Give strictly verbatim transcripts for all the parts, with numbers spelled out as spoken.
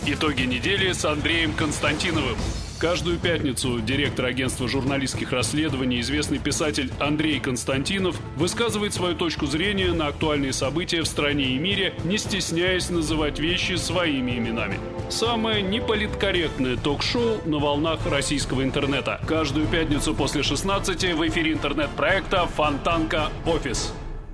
Итоги недели с Андреем Константиновым. Каждую пятницу директор агентства журналистских расследований, известный писатель Андрей Константинов, высказывает свою точку зрения на актуальные события в стране и мире, не стесняясь называть вещи своими именами. Самое неполиткорректное ток-шоу на волнах российского интернета. Каждую пятницу после шестнадцати в эфире интернет-проекта «Фонтанка Офис».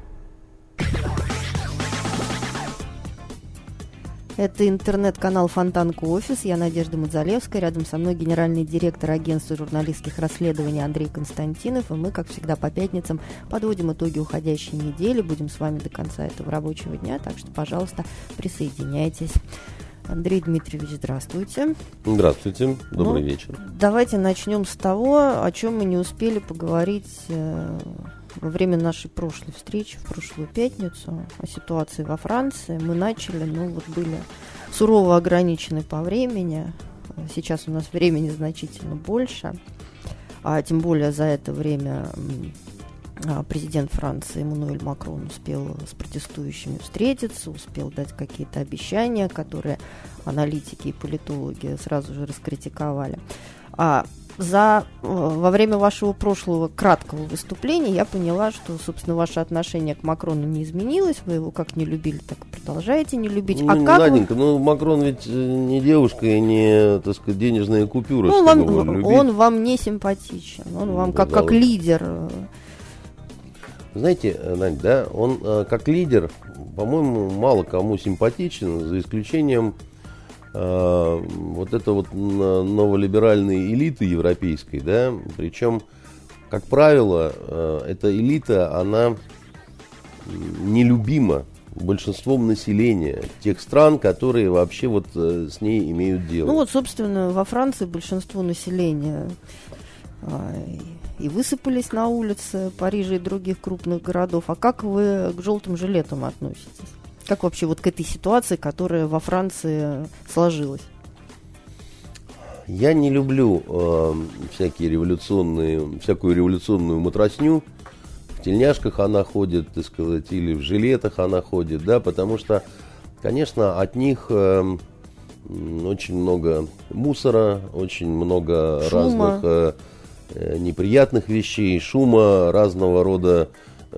Это интернет-канал «Фонтанка Офис». Я Надежда Мудзалевская. Рядом со мной генеральный директор агентства журналистских расследований Андрей Константинов. И мы, как всегда, по пятницам подводим итоги уходящей недели. Будем с вами до конца этого рабочего дня. Так что, пожалуйста, присоединяйтесь. Андрей Дмитриевич, здравствуйте. Здравствуйте. Добрый ну, вечер. Давайте начнем с того, о чем мы не успели поговорить э, во время нашей прошлой встречи, в прошлую пятницу, о ситуации во Франции. Мы начали, ну вот были сурово ограничены по времени. Сейчас у нас времени значительно больше. А тем более за это время президент Франции Эммануэль Макрон успел с протестующими встретиться, успел дать какие-то обещания, которые аналитики и политологи сразу же раскритиковали. А за, во время вашего прошлого краткого выступления я поняла, что, собственно, ваше отношение к Макрону не изменилось. Вы его как не любили, так и продолжаете не любить. Ну, а как Наденька, вы... ну Макрон ведь не девушка и не, так сказать, денежные купюры. Ну, чтобы он, его любить. он вам не симпатичен. Он вам Ну, как, да, как вот. лидер. Знаете, Надь, да, он э, как лидер, по-моему, мало кому симпатичен, за исключением э, вот это вот новолиберальной элиты европейской, да, причем, как правило, э, эта элита, она нелюбима большинством населения тех стран, которые вообще вот э, с ней имеют дело. Ну вот, собственно, во Франции большинство населения а, и высыпались на улицы Парижа и других крупных городов. А как вы к желтым жилетам относитесь? Как вообще вот к этой ситуации, которая во Франции сложилась? Я не люблю э, всякие революционные, всякую революционную матросню. В тельняшках она ходит, так сказать, или в жилетах она ходит, да, потому что, конечно, от них э, очень много мусора, очень много шума. разных э, неприятных вещей, шума, разного рода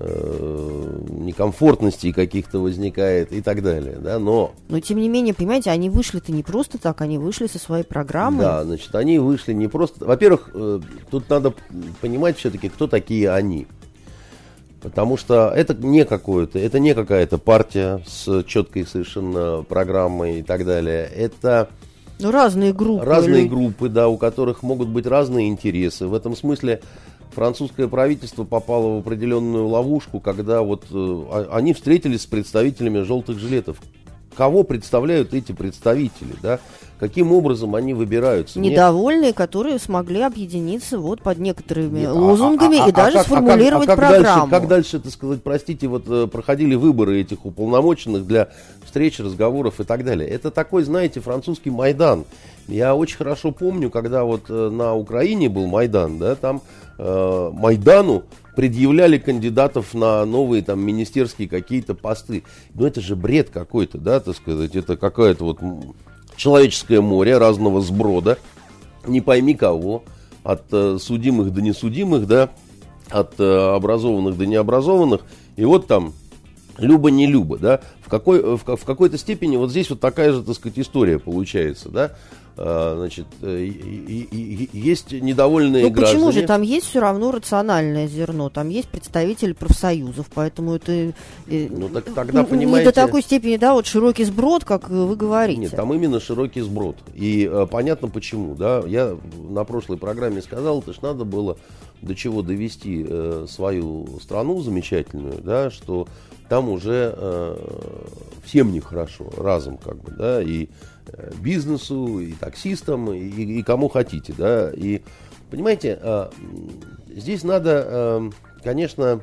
э, некомфортностей каких-то возникает и так далее, да, но... Но, тем не менее, понимаете, они вышли-то не просто так, они вышли со своей программой. Да, значит, они вышли не просто... Во-первых, э, тут надо понимать все-таки, кто такие они. Потому что это не какое-то, это не какая-то партия с четкой совершенно программой и так далее. Это... Ну, разные группы. Разные или... группы, да, у которых могут быть разные интересы. В этом смысле французское правительство попало в определенную ловушку, когда вот э, они встретились с представителями желтых жилетов. Кого представляют эти представители, да? Каким образом они выбираются? Недовольные, которые смогли объединиться вот под некоторыми Нет, лозунгами а, а, и а, даже а как, сформулировать а как, а как программу. Дальше, как дальше, так сказать, простите, вот проходили выборы этих уполномоченных для встреч, разговоров и так далее. Это такой, знаете, французский Майдан. Я очень хорошо помню, когда вот на Украине был Майдан, да, там э, Майдану предъявляли кандидатов на новые там министерские какие-то посты. Ну это же бред какой-то, да, так сказать, это какое-то вот человеческое море разного сброда, не пойми кого, от э, судимых до несудимых, да, от э, образованных до необразованных, и вот там Люба не Люба, да, в, какой, в, в какой-то степени вот здесь вот такая же, так сказать, история получается, да. Значит, и, и, и, есть недовольные ну, граждане. Почему же? Там есть все равно рациональное зерно, там есть представители профсоюзов, поэтому это ну, так, тогда, не понимаете, до такой степени, да, вот широкий сброд, как вы говорите. Нет, там именно широкий сброд. И э, понятно почему, да. Я на прошлой программе сказал, это ж надо было до чего довести э, свою страну замечательную, да, что там уже э, всем нехорошо, разом как бы, да, и э, бизнесу, и таксистам, и, и кому хотите, да, и, понимаете, э, здесь надо, э, конечно,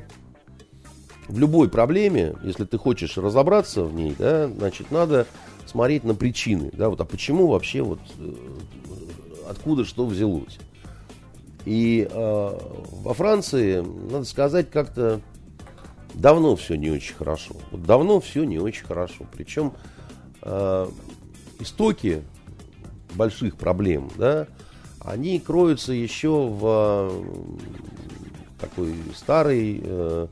в любой проблеме, если ты хочешь разобраться в ней, да, значит, надо смотреть на причины, да, вот, а почему вообще, вот, э, откуда что взялось. И э, во Франции, надо сказать, как-то давно все не очень хорошо. Вот давно все не очень хорошо. Причем э, истоки больших проблем, да, они кроются еще в такой старой э,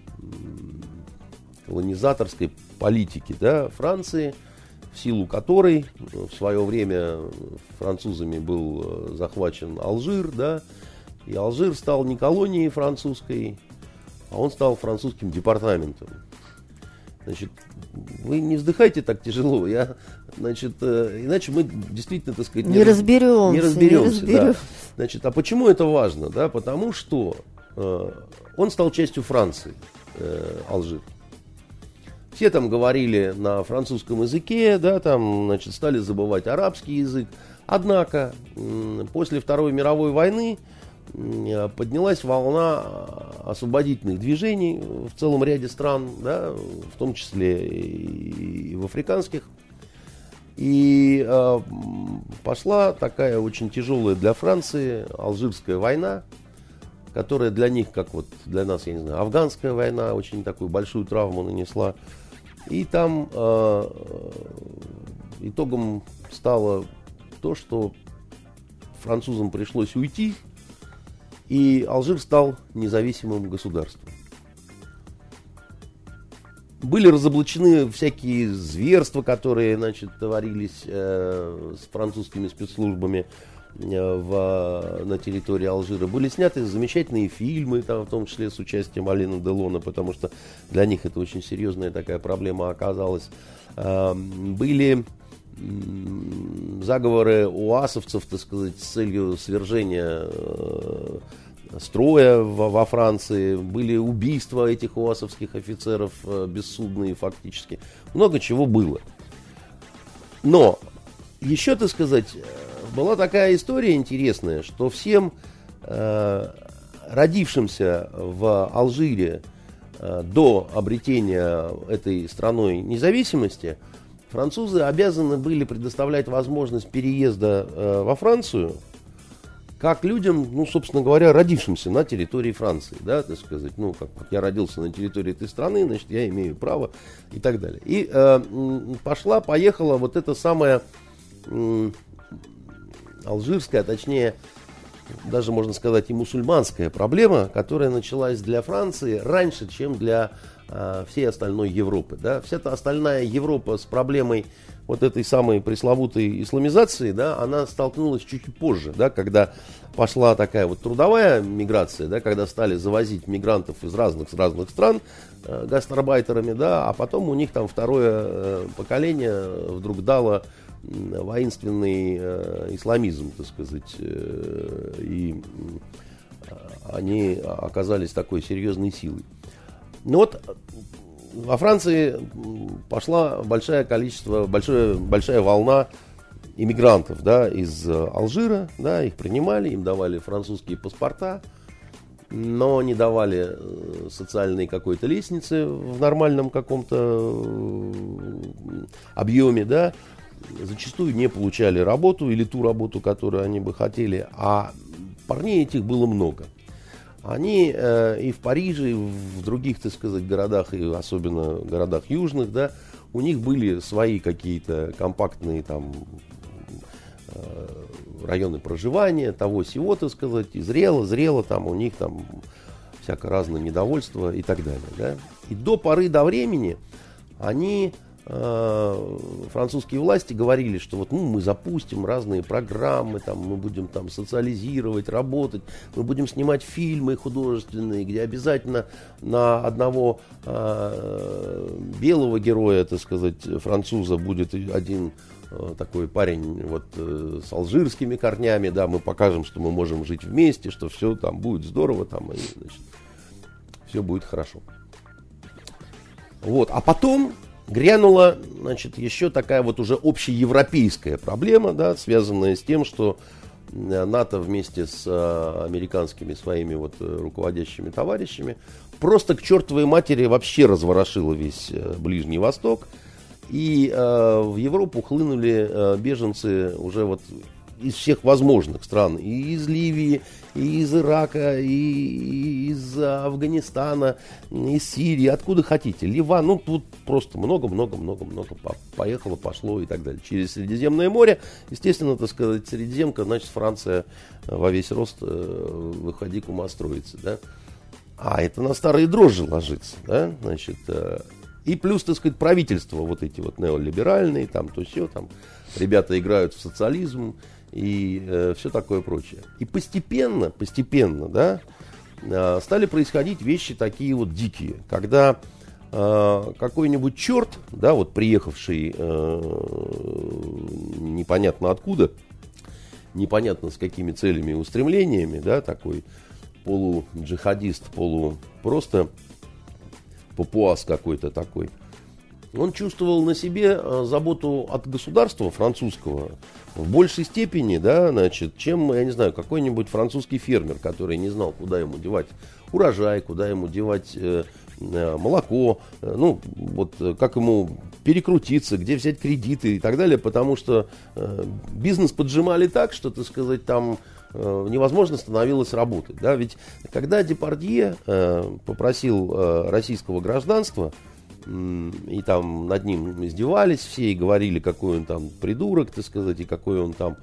колонизаторской политике, да, Франции, в силу которой в свое время французами был захвачен Алжир, да, и Алжир стал не колонией французской, а он стал французским департаментом. Значит, вы не вздыхайте так тяжело, я, значит, э, иначе мы действительно, так сказать, не, не разберемся. Не разберемся, не да. Значит, а почему это важно? Да? Потому что э, он стал частью Франции, э, Алжир. Все там говорили на французском языке, да, там, значит, стали забывать арабский язык. Однако, э, после Второй мировой войны поднялась волна освободительных движений в целом ряде стран, да, в том числе и в африканских. И э, пошла такая очень тяжелая для Франции Алжирская война, которая для них, как вот для нас, я не знаю, афганская война, очень такую большую травму нанесла. И там э, итогом стало то, что французам пришлось уйти, и Алжир стал независимым государством. Были разоблачены всякие зверства, которые, значит, творились э, с французскими спецслужбами э, в, на территории Алжира. Были сняты замечательные фильмы, там, в том числе с участием Алена Делона, потому что для них это очень серьезная такая проблема оказалась. Э, были заговоры уасовцев, так сказать, с целью свержения э, строя во, во Франции, были убийства этих уасовских офицеров э, бессудные фактически. Много чего было. Но еще, так сказать, была такая история интересная, что всем э, родившимся в Алжире э, до обретения этой страной независимости французы обязаны были предоставлять возможность переезда э, во Францию как людям, ну, собственно говоря, родившимся на территории Франции, да, так сказать, ну, как вот я родился на территории этой страны, значит, я имею право и так далее. И э, пошла, поехала вот эта самая э, алжирская, точнее, даже можно сказать и мусульманская проблема, которая началась для Франции раньше, чем для э, всей остальной Европы. Да? Вся та остальная Европа с проблемой вот этой самой пресловутой исламизации, да, она столкнулась чуть позже, да, когда пошла такая вот трудовая миграция, да, когда стали завозить мигрантов из разных, разных стран э, гастарбайтерами, да, а потом у них там второе э, поколение вдруг дало воинственный э, исламизм, так сказать, э, и э, они оказались такой серьезной силой. Ну вот во Франции пошла большое количество, большое, большая волна иммигрантов, да, из Алжира, да, их принимали, им давали французские паспорта, но не давали социальной какой-то лестницы в нормальном каком-то объеме, да, зачастую не получали работу или ту работу, которую они бы хотели, а парней этих было много. Они э, и в Париже, и в других, так сказать, городах, и особенно городах южных, да, у них были свои какие-то компактные там э, районы проживания, того сего, так сказать, и зрело, зрело, там у них там всякое разное недовольство и так далее, да. И до поры до времени они, э, французские власти говорили, что вот, ну, мы запустим разные программы, там, мы будем там социализировать, работать, мы будем снимать фильмы художественные, где обязательно на одного э, белого героя, так сказать, француза будет один э, такой парень вот э, с алжирскими корнями, да, мы покажем, что мы можем жить вместе, что все там будет здорово, там, и, значит, все будет хорошо. Вот, а потом грянула, значит, еще такая вот уже общеевропейская проблема, да, связанная с тем, что НАТО вместе с а, американскими своими вот руководящими товарищами просто к чертовой матери вообще разворошило весь а, Ближний Восток. И а, в Европу хлынули а, беженцы уже вот из всех возможных стран, и из Ливии, и из Ирака, и, и из Афганистана, из Сирии, откуда хотите, Ливан, ну тут просто много-много-много-много поехало, пошло и так далее. Через Средиземное море, естественно, так сказать, Средиземка, значит, Франция во весь рост, выходи, к ума строится, да. А это на старые дрожжи ложится, да, значит, и плюс, так сказать, правительства вот эти вот неолиберальные, там то все, там ребята играют в социализм и э, все такое прочее. И постепенно, постепенно, да, э, стали происходить вещи такие вот дикие, когда э, какой-нибудь черт, да, вот приехавший э, непонятно откуда, непонятно с какими целями и устремлениями, да, такой полуджихадист, полу просто папуас какой-то такой, он чувствовал на себе заботу от государства французского в большей степени, да, значит, чем, я не знаю, какой-нибудь французский фермер, который не знал, куда ему девать урожай, куда ему девать э, э, молоко, э, ну, вот как ему перекрутиться, где взять кредиты и так далее, потому что э, бизнес поджимали так, что, так сказать, там невозможно становилось работать. Да? Ведь когда Депардье э, попросил э, российского гражданства, э, и там над ним издевались все, и говорили, какой он там придурок, так сказать, и какой он там,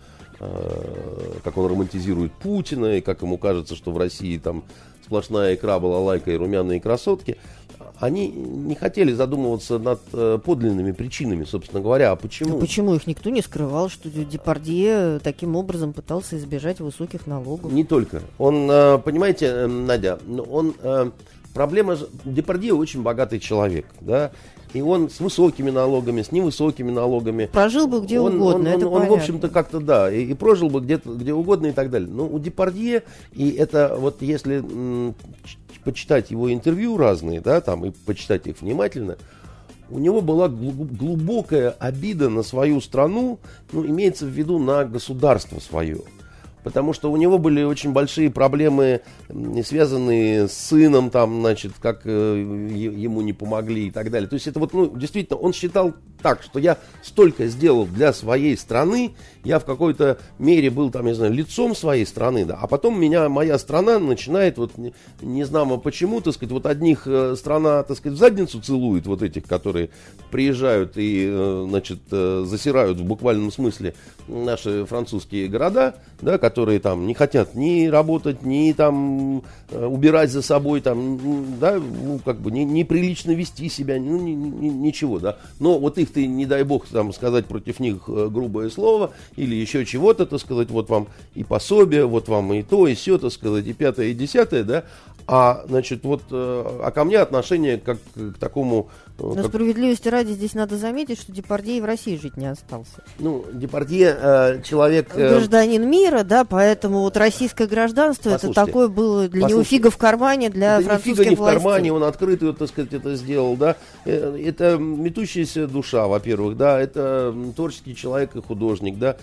э, как он романтизирует Путина, и как ему кажется, что в России там сплошная икра, балалайка и румяные красотки, они не хотели задумываться над э, подлинными причинами, собственно говоря. А почему? А почему их никто не скрывал, что Депардье таким образом пытался избежать высоких налогов? Не только. Он, э, понимаете, Надя, он, э, проблема... Депардье очень богатый человек, да, и он с высокими налогами, с невысокими налогами. Прожил бы где он, угодно, он, это он, он, в общем-то, как-то, да, и, и прожил бы где-то, где угодно и так далее. Но у Депардье, и это вот если м, почитать его интервью разные, да, там, и почитать их внимательно, у него была глубокая обида на свою страну, ну, имеется в виду на государство свое. Потому что у него были очень большие проблемы, связанные с сыном, там, значит, как э, ему не помогли и так далее. То есть это вот, ну, действительно, он считал так, что я столько сделал для своей страны, я в какой-то мере был, там, я знаю, лицом своей страны, да, а потом меня, моя страна начинает, вот, не, не знамо почему, так сказать, вот одних э, страна, так сказать, в задницу целует, вот этих, которые приезжают и, э, значит, э, засирают в буквальном смысле наши французские города, да, которые там не хотят ни работать, ни там э, убирать за собой, там, да, ну, как бы, не, неприлично вести себя, ну, ни, ни, ничего, да, но вот их ты, не дай бог, там, сказать против них э, грубое слово или еще чего-то, так сказать, вот вам и пособие, вот вам и то, и сё, так сказать, и пятое, и десятое, да, а, значит, вот, э, а ко мне отношение как к такому... Но как... справедливости ради здесь надо заметить, что Депардье и в России жить не остался. Ну, Депардье э, человек... Э... Гражданин мира, да, поэтому вот российское гражданство, послушайте, это такое было для него фига в кармане, для да французских властей. Да не властей. в кармане, он открыто, так сказать, это сделал, да. Это метущаяся душа, во-первых, да, это творческий человек и художник, да.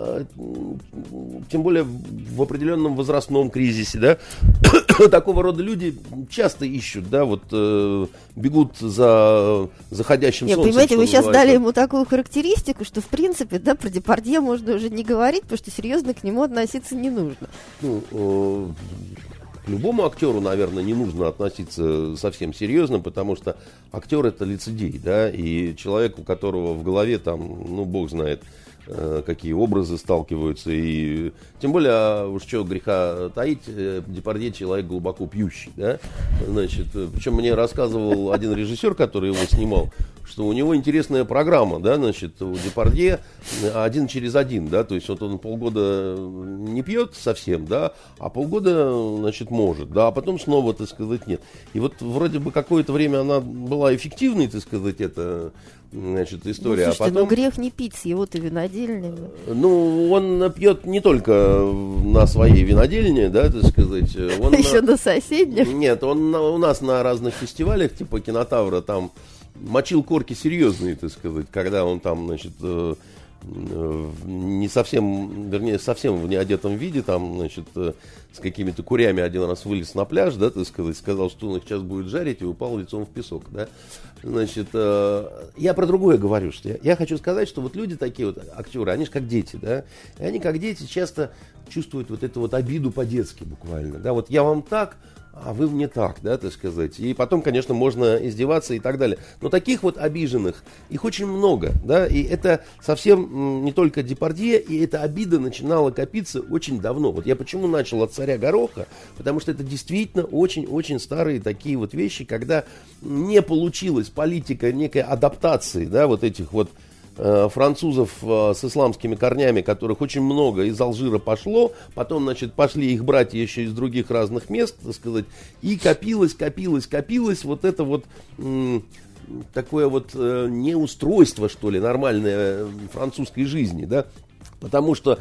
Тем более в определенном возрастном кризисе, да. Такого рода люди часто ищут, да, вот э, бегут за заходящим Нет, солнцем. Понимаете, вы сейчас называется. дали ему такую характеристику, что в принципе, да, про Депардье можно уже не говорить, потому что серьезно к нему относиться не нужно. Ну, э, к любому актеру, наверное, не нужно относиться совсем серьезно, потому что актер это лицедей, да, и человек, у которого в голове там, ну, бог знает, какие образы сталкиваются, и тем более, уж что греха таить, Депардье человек глубоко пьющий, да, значит, причем мне рассказывал один режиссер, который его снимал, что у него интересная программа, да, значит, у Депардье один через один, да, то есть вот он полгода не пьет совсем, да, а полгода, значит, может, да, а потом снова, так сказать, нет. И вот вроде бы какое-то время она была эффективной, так сказать, это, значит, история. Ну, слушайте, а потом... ну грех не пить с его-то винодельнями. Ну, он пьет не только на своей винодельне, да, так сказать. Он еще на... на соседних? Нет, он на... у нас на разных фестивалях, типа Кинотавра, там мочил корки серьезные, так сказать, когда он там, значит, не совсем, вернее, совсем в неодетом виде, там, значит, с какими-то курями один раз вылез на пляж, да, так сказать, сказал, что он их сейчас будет жарить, и упал лицом в песок, да. Значит, я про другое говорю, что я, я хочу сказать, что вот люди такие вот, актеры, они же как дети, да, и они как дети часто чувствуют вот эту вот обиду по-детски буквально, да, вот я вам так, а вы мне так, да, так сказать. И потом, конечно, можно издеваться и так далее. Но таких вот обиженных, их очень много, да, и это совсем не только Депардье, и эта обида начинала копиться очень давно. Вот я почему начал от «Царя Гороха, потому что это действительно очень-очень старые такие вот вещи, когда не получилась политика некой адаптации, да, вот этих вот французов с исламскими корнями, которых очень много из Алжира пошло, потом, значит, пошли их братья еще из других разных мест, так сказать, и копилось, копилось, копилось вот это вот м- такое вот э, неустройство, что ли, нормальное французской жизни, да, потому что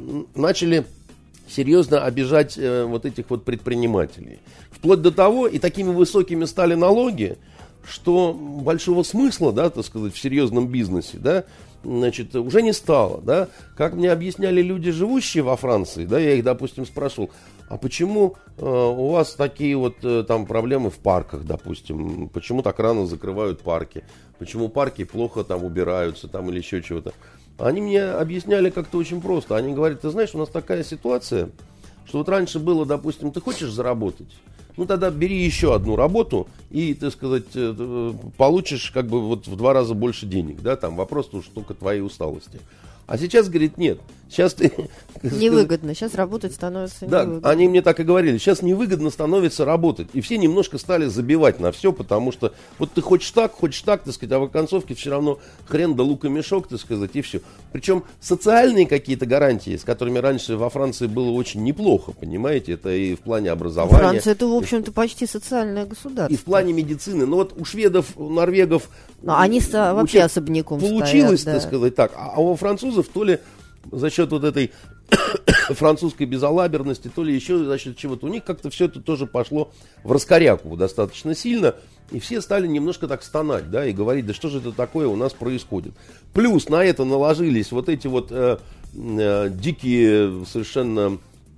начали серьезно обижать э, вот этих вот предпринимателей. Вплоть до того, и такими высокими стали налоги, что большого смысла, да, так сказать, в серьезном бизнесе, да, значит, уже не стало, да. Как мне объясняли люди, живущие во Франции, да, я их, допустим, спрашивал, а почему э, у вас такие вот э, там проблемы в парках, допустим, почему так рано закрывают парки, почему парки плохо там убираются, там или еще чего-то. Они мне объясняли как-то очень просто. Они говорят, ты знаешь, у нас такая ситуация, что вот раньше было, допустим, ты хочешь заработать, ну тогда бери еще одну работу и, так сказать, получишь как бы вот в два раза больше денег, да, там вопрос уж только твоей усталости. А сейчас, говорит, нет, сейчас ты... Невыгодно, сейчас работать становится невыгодно. Да, они мне так и говорили, сейчас невыгодно становится работать. И все немножко стали забивать на все, потому что вот ты хочешь так, хочешь так, так сказать, а в концовке все равно хрен да лук и мешок, так сказать, и все. Причем социальные какие-то гарантии, с которыми раньше во Франции было очень неплохо, понимаете, это и в плане образования. Франция это, в общем-то, почти социальное государство. И в плане медицины. Но вот у шведов, у норвегов... Но они вообще особняком получилось, стоят, да. так сказать, так. А у французов то ли за счет вот этой французской безалаберности, то ли еще за счет чего-то. У них как-то все это тоже пошло в раскоряку достаточно сильно. И все стали немножко так стонать, да, и говорить, да что же это такое у нас происходит. Плюс на это наложились вот эти вот э, э, дикие совершенно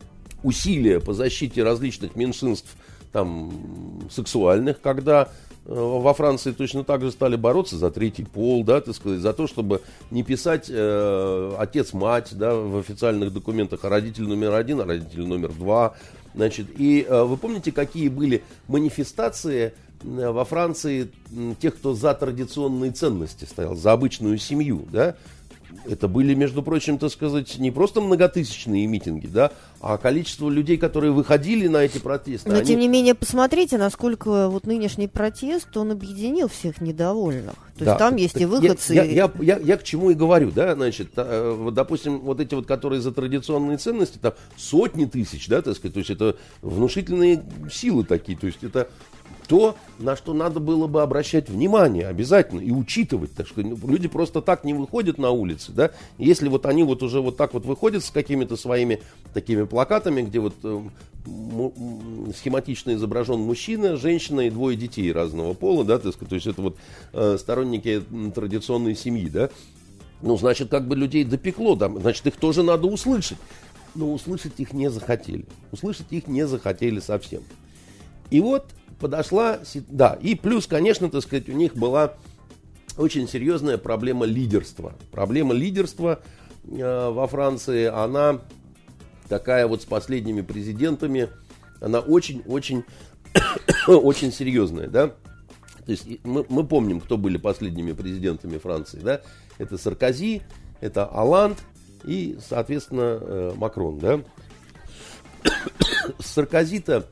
усилия по защите различных меньшинств там, сексуальных, когда во Франции точно так же стали бороться за третий пол, да, так сказать, за то, чтобы не писать э, отец-мать, да, в официальных документах, а родитель номер один, а родитель номер два. Значит, и э, вы помните, какие были манифестации э, во Франции э, тех, кто за традиционные ценности стоял, за обычную семью, да? Это были, между прочим, так сказать, не просто многотысячные митинги, да, а количество людей, которые выходили на эти протесты. Но, они... тем не менее, посмотрите, насколько вот нынешний протест, он объединил всех недовольных. То да. есть там есть и выходцы... Я, я, я, я, я к чему и говорю, да, значит, вот, допустим, вот эти вот, которые за традиционные ценности, там сотни тысяч, да, так сказать, то есть это внушительные силы такие, то есть это... то, на что надо было бы обращать внимание обязательно и учитывать. Так что люди просто так не выходят на улицы, да. Если вот они вот уже вот так вот выходят с какими-то своими такими плакатами, где вот э, м- схематично изображен мужчина, женщина и двое детей разного пола, да, так сказать, то есть это вот э, сторонники традиционной семьи, да. Ну, значит, как бы людей допекло, да, значит, их тоже надо услышать. Но услышать их не захотели. Услышать их не захотели совсем. И вот подошла, да, и плюс, конечно, так сказать, у них была очень серьезная проблема лидерства. Проблема лидерства э, во Франции, она такая вот с последними президентами, она очень-очень очень серьезная, да. То есть мы, мы помним, кто были последними президентами Франции, да. Это Саркози, это Олланд и, соответственно, э, Макрон, да. Саркози-то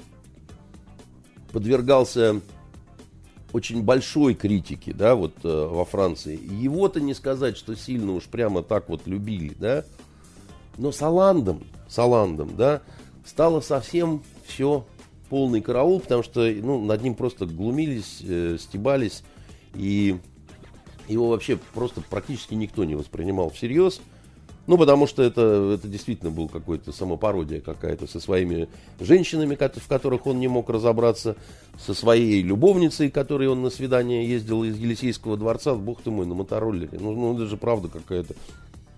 подвергался очень большой критике, да, вот э, во Франции. Его-то не сказать, что сильно уж прямо так вот любили, да. Но с Олландом, с Олландом, да, стало совсем все полный караул, потому что, ну, над ним просто глумились, э, стебались, и его вообще просто практически никто не воспринимал всерьез. Ну, потому что это, это действительно был какой-то самопародия какая-то со своими женщинами, в которых он не мог разобраться, со своей любовницей, которой он на свидание ездил из Елисейского дворца, бог ты мой, на мотороллере. Ну, ну это же правда какая-то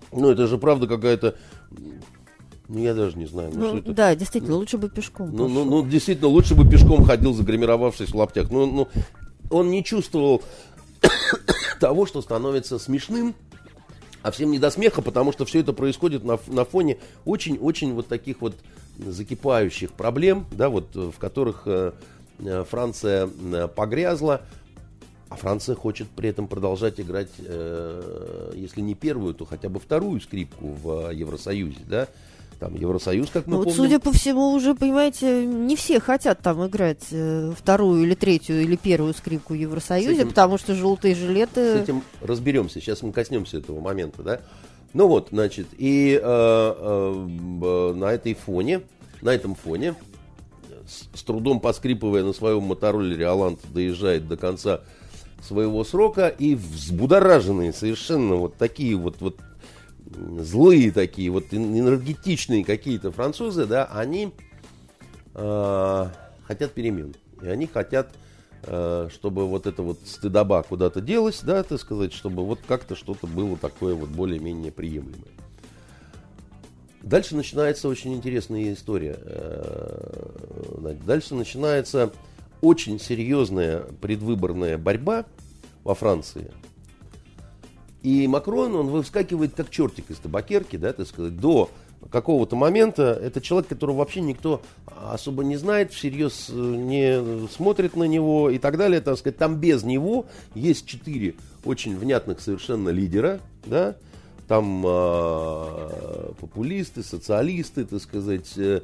Ну, это же правда какая-то... Ну, я даже не знаю. Ну, ну, что это... Да, действительно, лучше бы пешком ну, ну, пошел. ну, действительно, лучше бы пешком ходил, загримировавшись в лаптях. Ну, ну, он не чувствовал того, что становится смешным, а всем не до смеха, потому что все это происходит на, на фоне очень-очень вот таких вот закипающих проблем, да, вот, в которых э, Франция э, погрязла, а Франция хочет при этом продолжать играть, э, если не первую, то хотя бы вторую скрипку в Евросоюзе, да. Там Евросоюз, как мы Ну, вот, помним. судя по всему, уже, понимаете, не все хотят там играть э, вторую или третью или первую скрипку в Евросоюзе, этим, потому что желтые жилеты... С этим разберемся. Сейчас мы коснемся этого момента, да. Ну вот, значит, и э, э, на этой фоне, на этом фоне, с, с трудом поскрипывая на своем мотороллере, Оланд доезжает до конца своего срока, и взбудораженные совершенно вот такие вот, вот злые такие, вот энергетичные какие-то французы, да, они э, хотят перемен. И они хотят, э, чтобы вот эта вот стыдоба куда-то делась, да, так сказать, чтобы вот как-то что-то было такое вот более-менее приемлемое. Дальше начинается очень интересная история. Дальше начинается очень серьезная предвыборная борьба во Франции. И Макрон, он выскакивает как чертик из табакерки, да, так сказать, до какого-то момента. Это человек, которого вообще никто особо не знает, всерьез не смотрит на него и так далее, так сказать. Там без него есть четыре очень внятных совершенно лидера, да. Там э, популисты, социалисты, так сказать, э,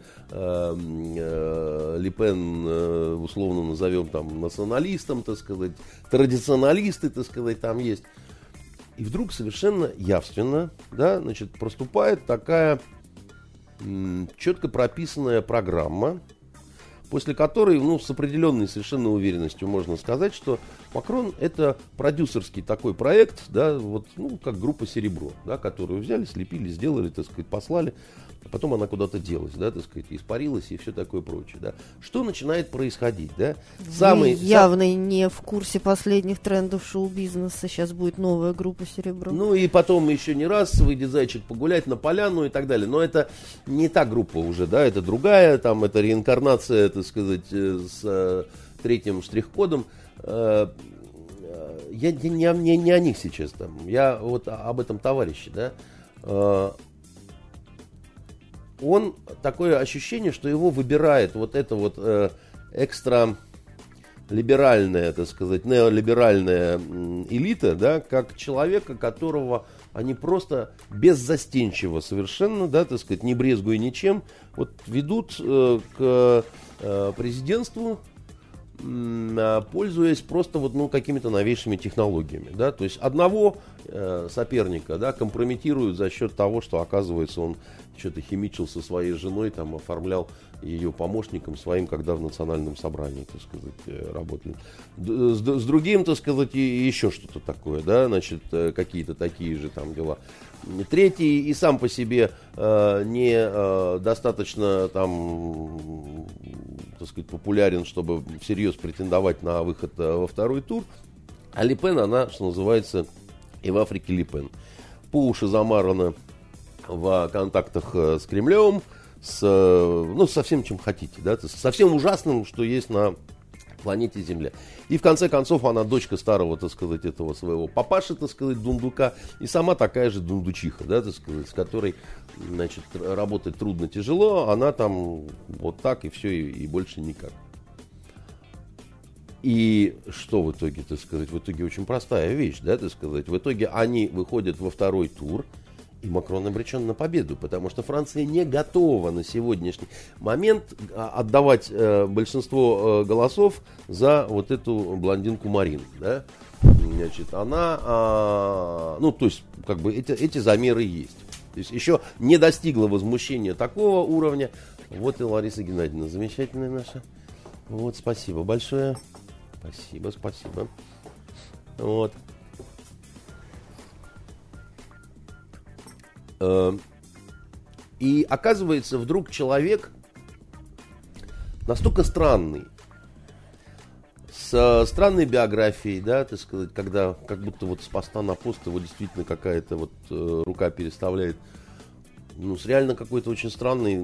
э, Ле Пен, э, условно назовем там националистом, так сказать, традиционалисты, так сказать, там есть. И вдруг совершенно явственно, да, значит, проступает такая м, четко прописанная программа, после которой, ну, с определенной совершенно уверенностью можно сказать, что Макрон — это продюсерский такой проект, да, вот, ну, как группа «Серебро», да, которую взяли, слепили, сделали, так сказать, послали, а потом она куда-то делась, да, так сказать, испарилась и все такое прочее, да. Что начинает происходить, да? Самый, Вы явно сам... не в курсе последних трендов шоу-бизнеса, сейчас будет новая группа «Серебро». Ну и потом еще не раз выйдет зайчик погулять на поляну и так далее, но это не та группа уже, да, это другая, там, это реинкарнация, так сказать, с э, третьим штрих-кодом. Э, я не, не, не о них сейчас там, я вот об этом товарище, да. Э, он, такое ощущение, что его выбирает вот эта вот э, экстра либеральная, так сказать, неолиберальная элита, да, как человека, которого они просто беззастенчиво совершенно, да, так сказать, не брезгуя ничем, вот ведут э, к э, президентству, э, пользуясь просто вот, ну, какими-то новейшими технологиями, да, то есть одного э, соперника, да, компрометируют за счет того, что, оказывается, он что-то химичил со своей женой, там, оформлял ее помощником своим, когда в национальном собрании, так сказать, работали. С, с другим, так сказать, и еще что-то такое, да, значит, какие-то такие же там дела. Третий и сам по себе э, не э, достаточно там, так сказать, популярен, чтобы всерьез претендовать на выход э, во второй тур. А Ле Пен, она, что называется, и в Африке Ле Пен. По уши замарана в контактах с Кремлем, с, ну, со всем, чем хотите, да, со всем ужасным, что есть на планете Земля. И в конце концов она дочка старого, так сказать, этого своего папаши, так сказать, дундука, и сама такая же дундучиха, да, так сказать, с которой, значит, работать трудно, тяжело, она там вот так и все, и, и больше никак. И что в итоге, так сказать, в итоге очень простая вещь, да, так сказать, в итоге они выходят во второй тур, и Макрон обречен на победу, потому что Франция не готова на сегодняшний момент отдавать э, большинство э, голосов за вот эту блондинку Марин, да? Значит, она, э, ну, то есть, как бы эти, эти замеры есть. То есть еще не достигла возмущения такого уровня. Вот и Лариса Геннадьевна, замечательная наша. Вот, спасибо большое. Спасибо, спасибо. Вот. И оказывается, вдруг человек настолько странный, с странной биографией, да, так сказать, когда как будто вот с поста на пост его действительно какая-то вот э, рука переставляет, ну, с реально какой-то очень странной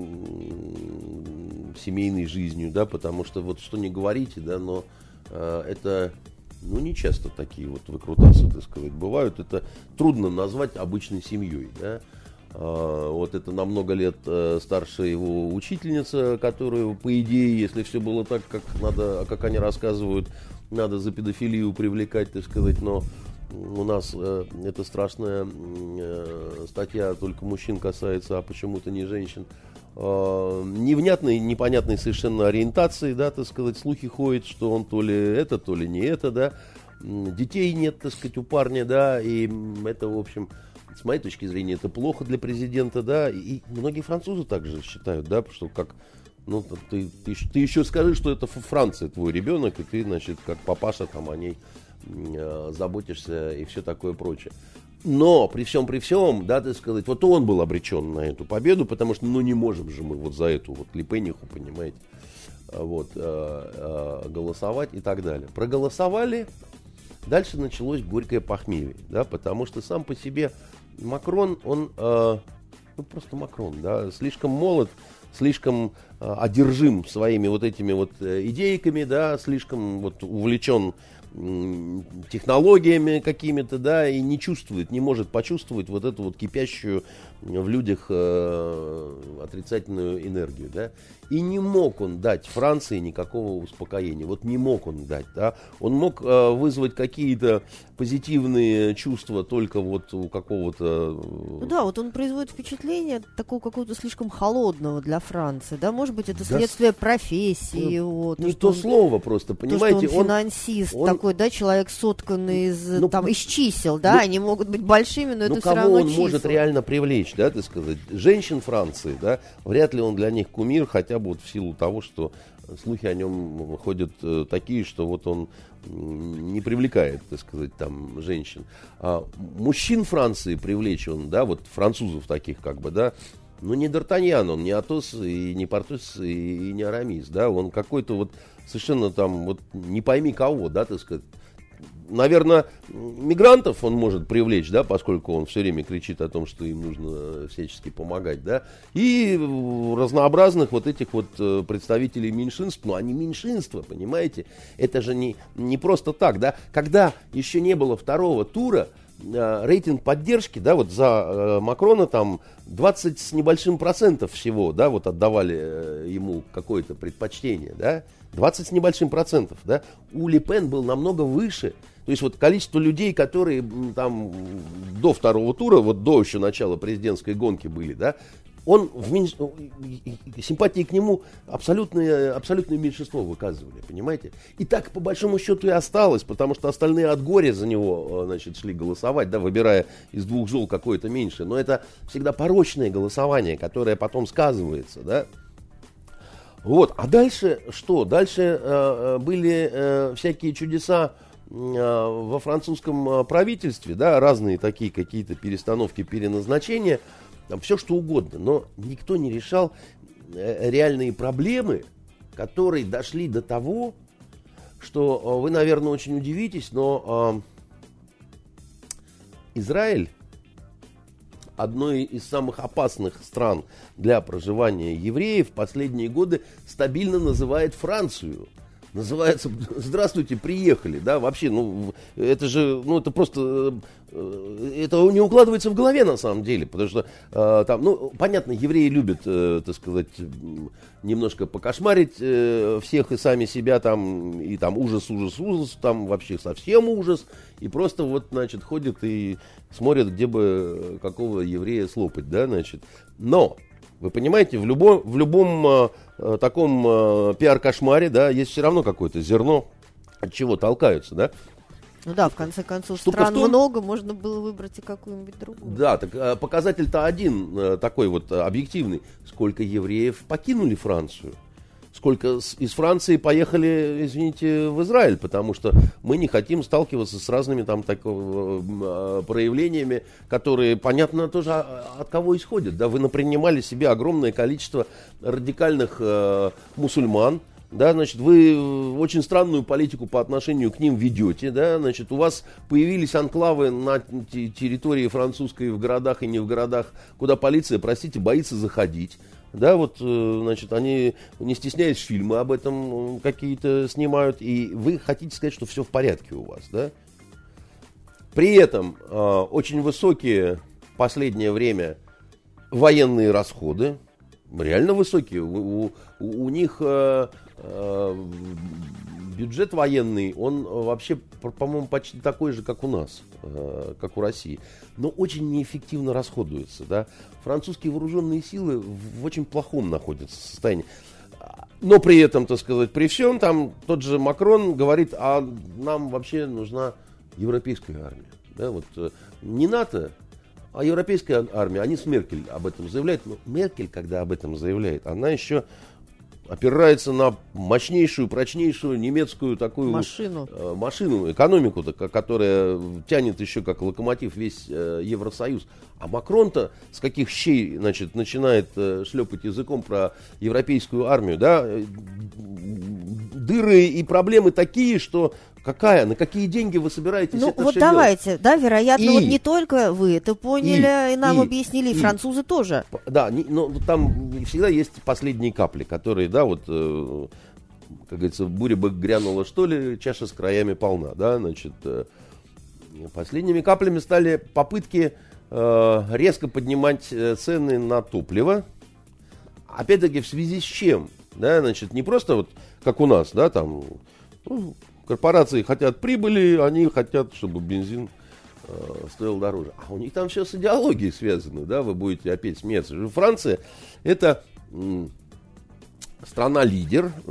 м, семейной жизнью, да, потому что вот что не говорите, да, но э, это, ну, не часто такие вот выкрутасы, так сказать, бывают, это трудно назвать обычной семьей, да. Uh, вот это на много лет uh, старше его учительница, которую, по идее, если все было так, как надо, как они рассказывают, надо за педофилию привлекать, так сказать, но у нас uh, эта страшная uh, статья только мужчин касается, а почему-то не женщин. Uh, невнятной, непонятной совершенно ориентации, да, так сказать, слухи ходят, что он то ли это, то ли не это, да, детей нет, так сказать, у парня, да, и это, в общем... С моей точки зрения, это плохо для президента, да, и многие французы также считают, да, что как, ну, ты, ты, ты еще скажи, что это Франция, твой ребенок, и ты, значит, как папаша там о ней э, заботишься и все такое прочее. Но при всем, при всем, да, так сказать, вот он был обречен на эту победу, потому что, ну, не можем же мы вот за эту вот липениху, понимаете, вот, э, э, голосовать и так далее. Проголосовали, дальше началось горькое похмелье, да, потому что сам по себе Макрон, он, э, ну, просто Макрон, да, слишком молод, слишком э, одержим своими вот этими вот э, идейками, да, слишком вот увлечен э, технологиями какими-то, да, и не чувствует, не может почувствовать вот эту вот кипящую в людях э, отрицательную энергию, да. И не мог он дать Франции никакого успокоения. Вот не мог он дать, да. Он мог э, вызвать какие-то позитивные чувства только вот у какого-то... Ну да, вот он производит впечатление такого какого-то слишком холодного для Франции, да. Может быть, это следствие да, профессии его. Не то, то слово просто, понимаете. То, что он финансист он, такой, да, человек сотканный из, ну, там, из чисел, да, ну, они могут быть большими, но ну, это все равно кого он числа. Может реально привлечь, да, так сказать, женщин Франции, да, вряд ли он для них кумир, хотя бы вот в силу того, что слухи о нем ходят э, такие, что вот он не привлекает, так сказать, там, женщин. А мужчин Франции привлечь он, да, вот французов таких, как бы, да, ну, не Д'Артаньян, он не Атос, и не Портос, и, и не Арамис, да, он какой-то вот совершенно там, вот не пойми кого, да, так сказать. Наверное, мигрантов он может привлечь, да, поскольку он все время кричит о том, что им нужно всячески помогать, да, и разнообразных вот этих вот представителей меньшинств, ну, они меньшинства, понимаете, это же не, не просто так, да, когда еще не было второго тура, рейтинг поддержки, да, вот за Макрона там двадцать с небольшим процентов всего, да, вот отдавали ему какое-то предпочтение, да, двадцать с небольшим процентов, да, у Ле Пен был намного выше, то есть вот количество людей, которые там до второго тура, вот до еще начала президентской гонки были, да, он в меньш... симпатии к нему абсолютное, абсолютное меньшинство выказывали, понимаете? И так, по большому счету, и осталось, потому что остальные от горя за него, значит, шли голосовать, да, выбирая из двух зол какое-то меньшее. Но это всегда порочное голосование, которое потом сказывается, да. Вот, а дальше что? Дальше э, были э, всякие чудеса э, во французском правительстве, да, разные такие какие-то перестановки, переназначения, там все что угодно, но никто не решал э, реальные проблемы, которые дошли до того, что э, вы, наверное, очень удивитесь, но э, Израиль, одной из самых опасных стран для проживания евреев, в последние годы стабильно называет Францию. Называется «Здравствуйте, приехали». Да, вообще, ну, это же, ну, это просто, это не укладывается в голове на самом деле, потому что э, там, ну, понятно, евреи любят, э, так сказать, немножко покошмарить э, всех и сами себя там, и там ужас, ужас, ужас, там вообще совсем ужас, и просто вот, значит, ходят и смотрят, где бы какого еврея слопать, да, значит, но... Вы понимаете, в любом, в любом э, таком э, пиар-кошмаре, да, есть все равно какое-то зерно, от чего толкаются, да. Ну да, в конце концов, Штука стран том, много, можно было выбрать и какую-нибудь другую. Да, так э, показатель-то один э, такой вот э, объективный. Сколько евреев покинули Францию? Сколько из Франции поехали, извините, в Израиль, потому что мы не хотим сталкиваться с разными там такого, проявлениями, которые, понятно, тоже от кого исходят. Да? Вы напринимали себе огромное количество радикальных э, мусульман, да, значит, вы очень странную политику по отношению к ним ведете, да, значит, у вас появились анклавы на территории французской в городах и не в городах, куда полиция, простите, боится заходить. Да, вот, значит, они, не стесняясь, фильмы об этом какие-то снимают, и вы хотите сказать, что все в порядке у вас, да? При этом э, очень высокие в последнее время военные расходы, реально высокие. У, у, у них э, э, бюджет военный, он вообще, по-моему, почти такой же, как у нас, э, как у России, но очень неэффективно расходуется, да? Французские вооруженные силы в очень плохом находятся состоянии. Но при этом, так сказать, при всем, там тот же Макрон говорит, а нам вообще нужна европейская армия. Да, вот, не НАТО, а европейская армия. Они с Меркель об этом заявляют. Но Меркель, когда об этом заявляет, она еще опирается на мощнейшую, прочнейшую немецкую такую машину, э, машину экономику, которая тянет еще как локомотив весь э, Евросоюз. А Макрон-то с каких щей, значит, начинает э, шлепать языком про европейскую армию, да? Дыры и проблемы такие, что какая, на какие деньги вы собираетесь ну, это вот все давайте, делать? Да, вероятно, и, вот не только вы это поняли, и, и нам и, объяснили, и и французы тоже. Да, не, но там всегда есть последние капли, которые, да, вот, э, как говорится, буря бы грянула, что ли, чаша с краями полна, да, значит, э, последними каплями стали попытки э, резко поднимать э, цены на топливо, опять-таки в связи с чем, да, значит, не просто вот, как у нас, да, там, ну, корпорации хотят прибыли, они хотят, чтобы бензин э, стоил дороже. А у них там все с идеологией связано, да, вы будете опять смеяться. Франция это м, страна-лидер э,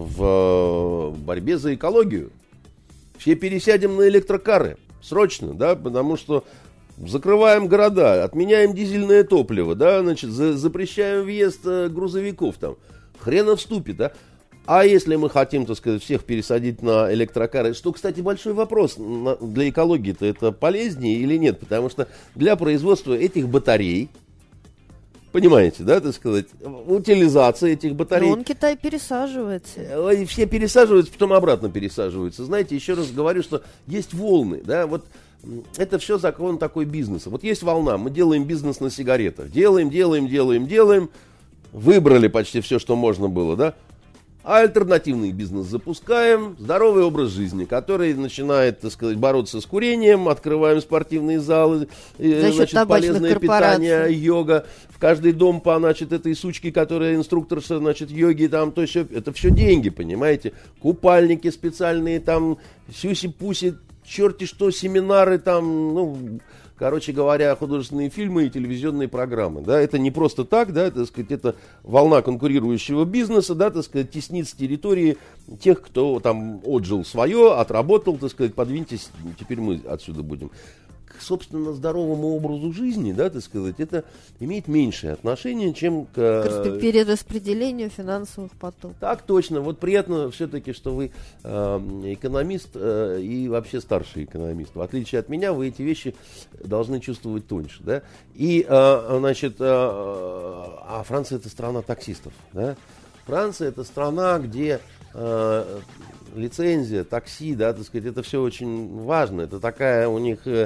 в борьбе за экологию. Все пересядем на электрокары, срочно, да, потому что закрываем города, отменяем дизельное топливо, да, значит, за, запрещаем въезд э, грузовиков там. Хрена вступит, да. А если мы хотим, так сказать, всех пересадить на электрокары, что, кстати, большой вопрос, для экологии-то это полезнее или нет, потому что для производства этих батарей, понимаете, да, так сказать, утилизация этих батарей. Но он Китай пересаживается. Все пересаживаются, потом обратно пересаживаются. Знаете, еще раз говорю, что есть волны, да, вот это все закон такой бизнеса. Вот есть волна, мы делаем бизнес на сигаретах, делаем, делаем, делаем, делаем, выбрали почти все, что можно было, да. А альтернативный бизнес запускаем, здоровый образ жизни, который начинает, так сказать, бороться с курением, открываем спортивные залы, значит, полезное питание, йога, в каждый дом по, значит, этой сучки, которая инструкторша, значит, йоги, там, то есть, это все деньги, понимаете, купальники специальные, там, сюси-пуси, черти что, семинары, там, ну... Короче говоря, художественные фильмы и телевизионные программы. Да, это не просто так, да, так сказать, это волна конкурирующего бизнеса, да, так сказать, теснит с территории тех, кто там отжил свое, отработал, так сказать, подвиньтесь, теперь мы отсюда будем. К, собственно, здоровому образу жизни, да, так сказать, это имеет меньшее отношение, чем к... к перераспределению финансовых потоков. Так точно. Вот приятно все-таки, что вы э, экономист э, и вообще старший экономист. В отличие от меня, вы эти вещи должны чувствовать тоньше, да. И, э, значит, э, а Франция это страна таксистов, да. Франция это страна, где э, лицензия, такси, да, так сказать, это все очень важно. Это такая у них... Э,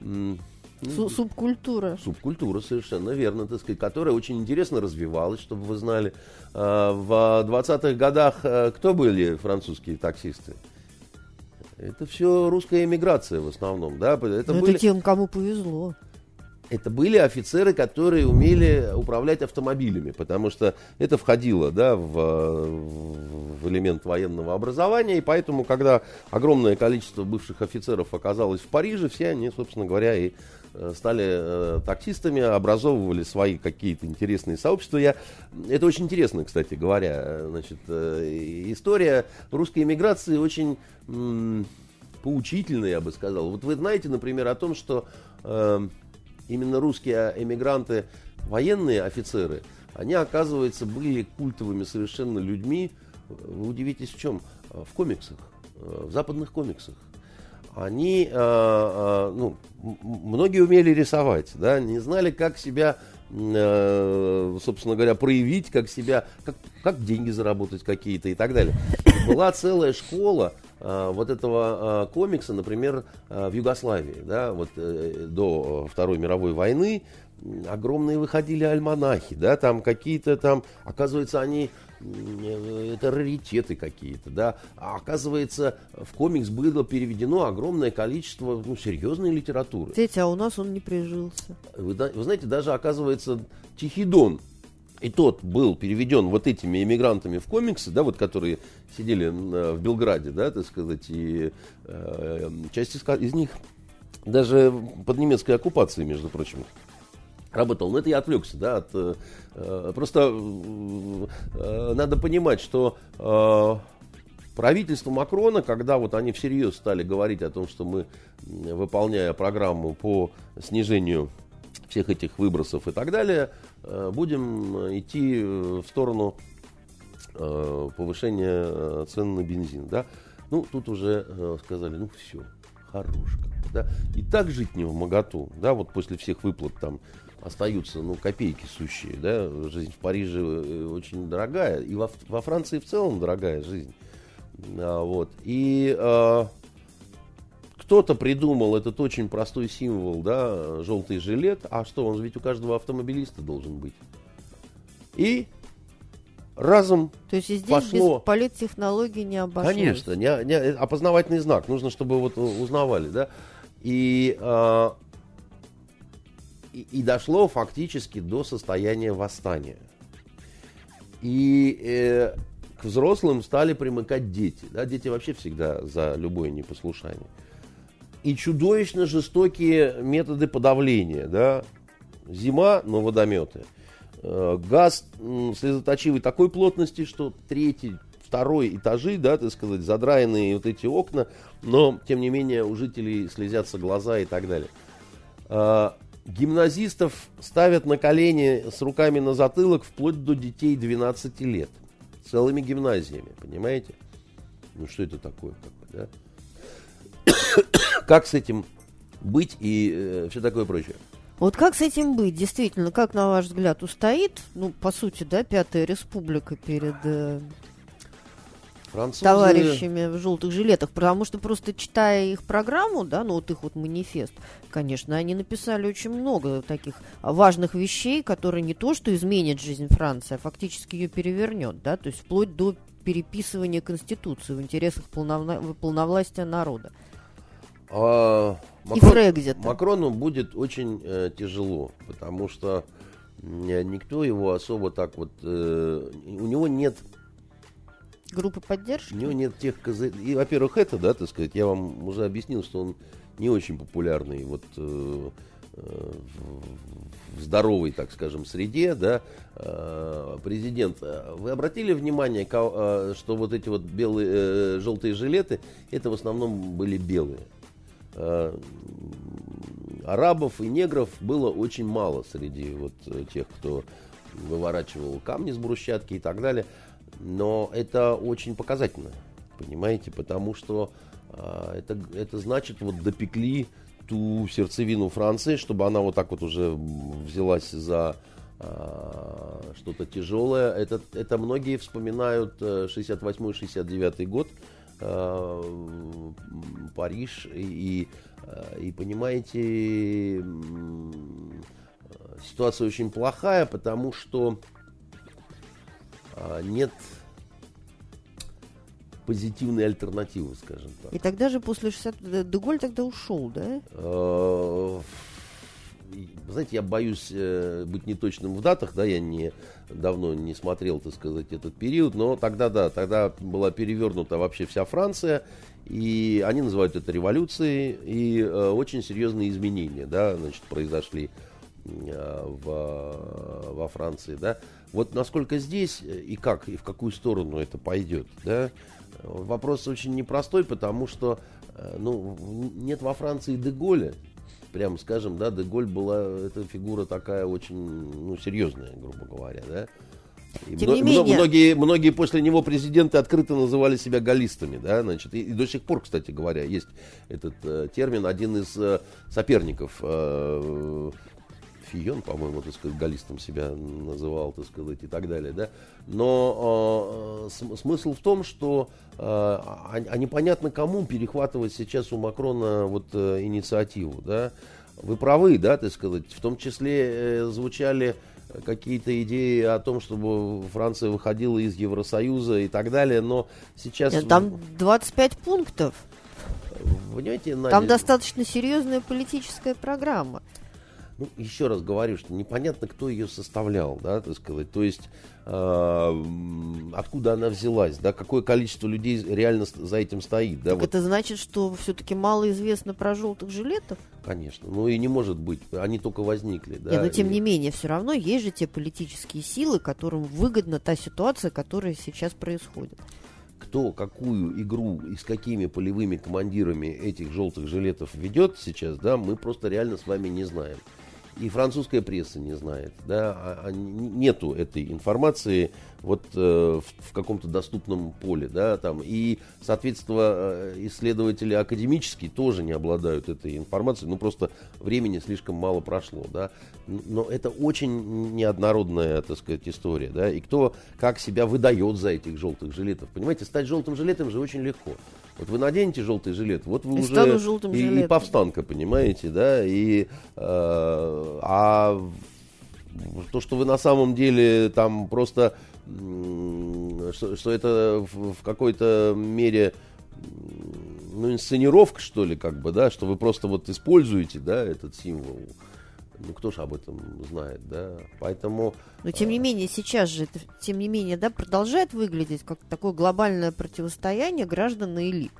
Субкультура. Субкультура, совершенно верно, так сказать, которая очень интересно развивалась, чтобы вы знали. В двадцатых годах кто были французские таксисты? Это все русская эмиграция в основном, да? Это, были... были... это тем, кому повезло. Это были офицеры, которые умели управлять автомобилями, потому что это входило, да, в, в элемент военного образования, и поэтому, когда огромное количество бывших офицеров оказалось в Париже, все они, собственно говоря, и стали э, таксистами, образовывали свои какие-то интересные сообщества. Я... Это очень интересно, кстати говоря. Значит, э, история русской эмиграции очень м- поучительная, я бы сказал. Вот вы знаете, например, о том, что... Э, Именно русские эмигранты, военные офицеры, они, оказывается, были культовыми совершенно людьми. Вы удивитесь в чем? В комиксах, в западных комиксах. Они, ну, многие умели рисовать, да, не знали, как себя э, собственно говоря, проявить, как себя, как, как деньги заработать какие-то и так далее. Была целая школа э, вот этого э, комикса, например, э, в Югославии, да, вот э, до Второй мировой войны. Огромные выходили альманахи, да, там какие-то там, оказывается, они, это раритеты какие-то, да, а оказывается, в комикс было переведено огромное количество, ну, серьезной литературы. Тетя, а у нас он не прижился. Вы, вы знаете, даже, оказывается, Тихий Дон, и тот был переведен вот этими эмигрантами в комиксы, да, вот, которые сидели в Белграде, да, так сказать, и э, часть из, из них даже под немецкой оккупацией, между прочим, работал. Но это я отвлекся, да, от, э, просто э, надо понимать, что э, правительство Макрона, когда вот они всерьез стали говорить о том, что мы, выполняя программу по снижению всех этих выбросов и так далее, э, будем идти в сторону э, повышения цен на бензин, да, ну, тут уже э, сказали, ну, все, хорош, да, и так жить не в моготу, да, вот после всех выплат там остаются, ну, копейки сущие, да, жизнь в Париже очень дорогая, и во, во Франции в целом дорогая жизнь, а, вот, и а, кто-то придумал этот очень простой символ, да, желтый жилет, а что, он ведь у каждого автомобилиста должен быть, и разом То есть и здесь пошло. Без политтехнологий не обошлось? Конечно, не, не, опознавательный знак, нужно, чтобы вот узнавали, да, и... А, И, и дошло фактически до состояния восстания. И э, к взрослым стали примыкать дети. Да? Дети вообще всегда за любое непослушание. И чудовищно жестокие методы подавления. Да? Зима, но водометы. Э, газ м, слезоточивый такой плотности, что третий, второй этажи, да, так сказать, задраенные вот эти окна, но, тем не менее, у жителей слезятся глаза и так далее. Э, Гимназистов ставят на колени с руками на затылок вплоть до детей двенадцати лет. Целыми гимназиями, понимаете? Ну что это такое? Да? Как с этим быть и э, все такое прочее? Вот как с этим быть? Действительно, как, на ваш взгляд, устоит, ну, по сути, да, Пятая Республика перед... Э... Французы... товарищами в желтых жилетах, потому что просто читая их программу, да, ну вот их вот манифест, конечно, они написали очень много таких важных вещей, которые не то что изменят жизнь Франции, а фактически ее перевернет, да, то есть вплоть до переписывания Конституции в интересах полновла... полновластия народа. А, Макрон... И Фрекзита. Макрону будет очень э, тяжело, потому что э, никто его особо так вот, э, у него нет группы поддержки? У него нет тех козырей. И, во-первых, это, да, так сказать, я вам уже объяснил, что он не очень популярный вот э, э, в, в здоровой, так скажем, среде, да, э, президент. Вы обратили внимание, ко, э, что вот эти вот белые, э, желтые жилеты, это в основном были белые. Э, арабов и негров было очень мало среди вот тех, кто выворачивал камни с брусчатки и так далее. Но это очень показательно, понимаете, потому что а, это, это значит, вот допекли ту сердцевину Франции, чтобы она вот так вот уже взялась за а, что-то тяжелое. Это, это многие вспоминают шестьдесят восьмой шестьдесят девятый год, а, Париж, и, и, и понимаете, ситуация очень плохая, потому что нет позитивной альтернативы, скажем так. И тогда же после шестидесятого Деголь тогда ушел, да? Знаете, я боюсь быть неточным в датах, да, я не, давно не смотрел, так сказать, этот период, но тогда, да, тогда была перевернута вообще вся Франция, и они называют это революцией, и очень серьезные изменения, да, значит, произошли в, во Франции, да. Вот насколько здесь и как, и в какую сторону это пойдет, да, вопрос очень непростой, потому что, ну, нет во Франции Деголя, прямо скажем, да, Деголь была, эта фигура такая очень, ну, серьезная, грубо говоря, да. И Тем мно- не менее... многие, многие после него президенты открыто называли себя галлистами, да, значит, и, и до сих пор, кстати говоря, есть этот э, термин, один из э, соперников э, Фион, по-моему, так сказать, галлистом себя называл, так сказать, и так далее, да. Но э, см- смысл в том, что э, а, а непонятно кому перехватывать сейчас у Макрона вот э, инициативу, да. Вы правы, да, так сказать, в том числе э, звучали какие-то идеи о том, чтобы Франция выходила из Евросоюза и так далее, но сейчас... Нет, там двадцать пять пунктов. Понимаете, Надя, там достаточно серьезная политическая программа. Ну, еще раз говорю, что непонятно, кто ее составлял, да, так сказать. То есть, э, откуда она взялась, да, какое количество людей реально за этим стоит. Да, так вот. Это значит, что все-таки мало известно про желтых жилетов? Конечно. Ну и не может быть. Они только возникли. Да, Нет, но тем и... не менее, все равно есть же те политические силы, которым выгодна та ситуация, которая сейчас происходит. Кто какую игру и с какими полевыми командирами этих желтых жилетов ведет сейчас, да, мы просто реально с вами не знаем. И французская пресса не знает, да, а, а нету этой информации вот э, в, в каком-то доступном поле, да, там, и, соответственно, исследователи академические тоже не обладают этой информацией, ну, просто времени слишком мало прошло, да, но это очень неоднородная, так сказать, история, да, и кто как себя выдает за этих желтых жилетов, понимаете, стать желтым жилетом же очень легко. Вот вы наденете желтый жилет, вот вы и уже и, и повстанка, понимаете, да, и э, а то, что вы на самом деле там просто, что, что это в, в какой-то мере, ну, инсценировка, что ли, как бы, да, что вы просто вот используете, да, этот символ. Ну, кто же об этом знает, да, поэтому... Но, тем не менее, сейчас же, это, тем не менее, да, продолжает выглядеть как такое глобальное противостояние граждан и элит.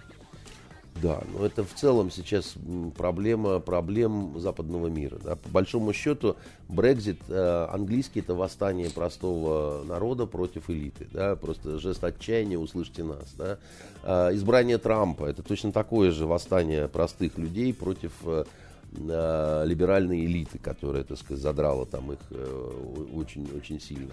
Да, но это в целом сейчас проблема проблем западного мира. Да. По большому счету, Брексит, э, английский, это восстание простого народа против элиты. Да, просто жест отчаяния, услышьте нас. Да. Э, избрание Трампа, это точно такое же восстание простых людей против... Э, либеральной элиты, которая, так сказать, задрала там их очень-очень сильно.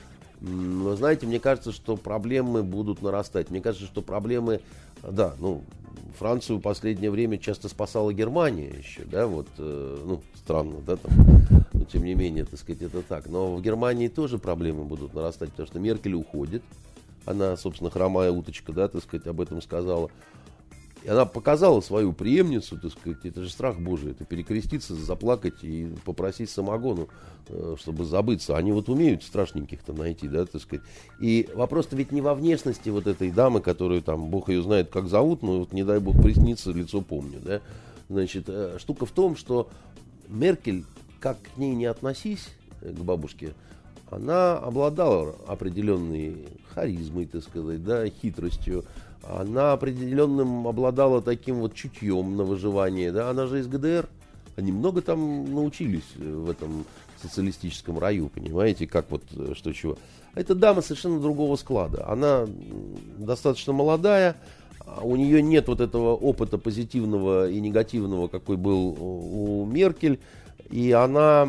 Но, знаете, мне кажется, что проблемы будут нарастать. Мне кажется, что проблемы, да, ну, Францию в последнее время часто спасала Германия еще, да, вот, ну, странно, да, там, но тем не менее, так сказать, это так. Но в Германии тоже проблемы будут нарастать, потому что Меркель уходит, она, собственно, хромая уточка, да, так сказать, об этом сказала. И она показала свою преемницу, так сказать, это же страх Божий, это перекреститься, заплакать и попросить самогону, чтобы забыться. Они вот умеют страшненьких-то найти, да, так сказать. И вопрос-то ведь не во внешности вот этой дамы, которую там, Бог ее знает, как зовут, но вот не дай Бог приснится, лицо помню, да. Значит, штука в том, что Меркель, как к ней не относись, к бабушке, она обладала определенной харизмой, так сказать, да, хитростью. Она определенным обладала таким вот чутьем на выживание, да, она же из ГДР, они много там научились в этом социалистическом раю, понимаете, как вот, что чего. А эта дама совершенно другого склада, она достаточно молодая, у нее нет вот этого опыта позитивного и негативного, какой был у Меркель, и она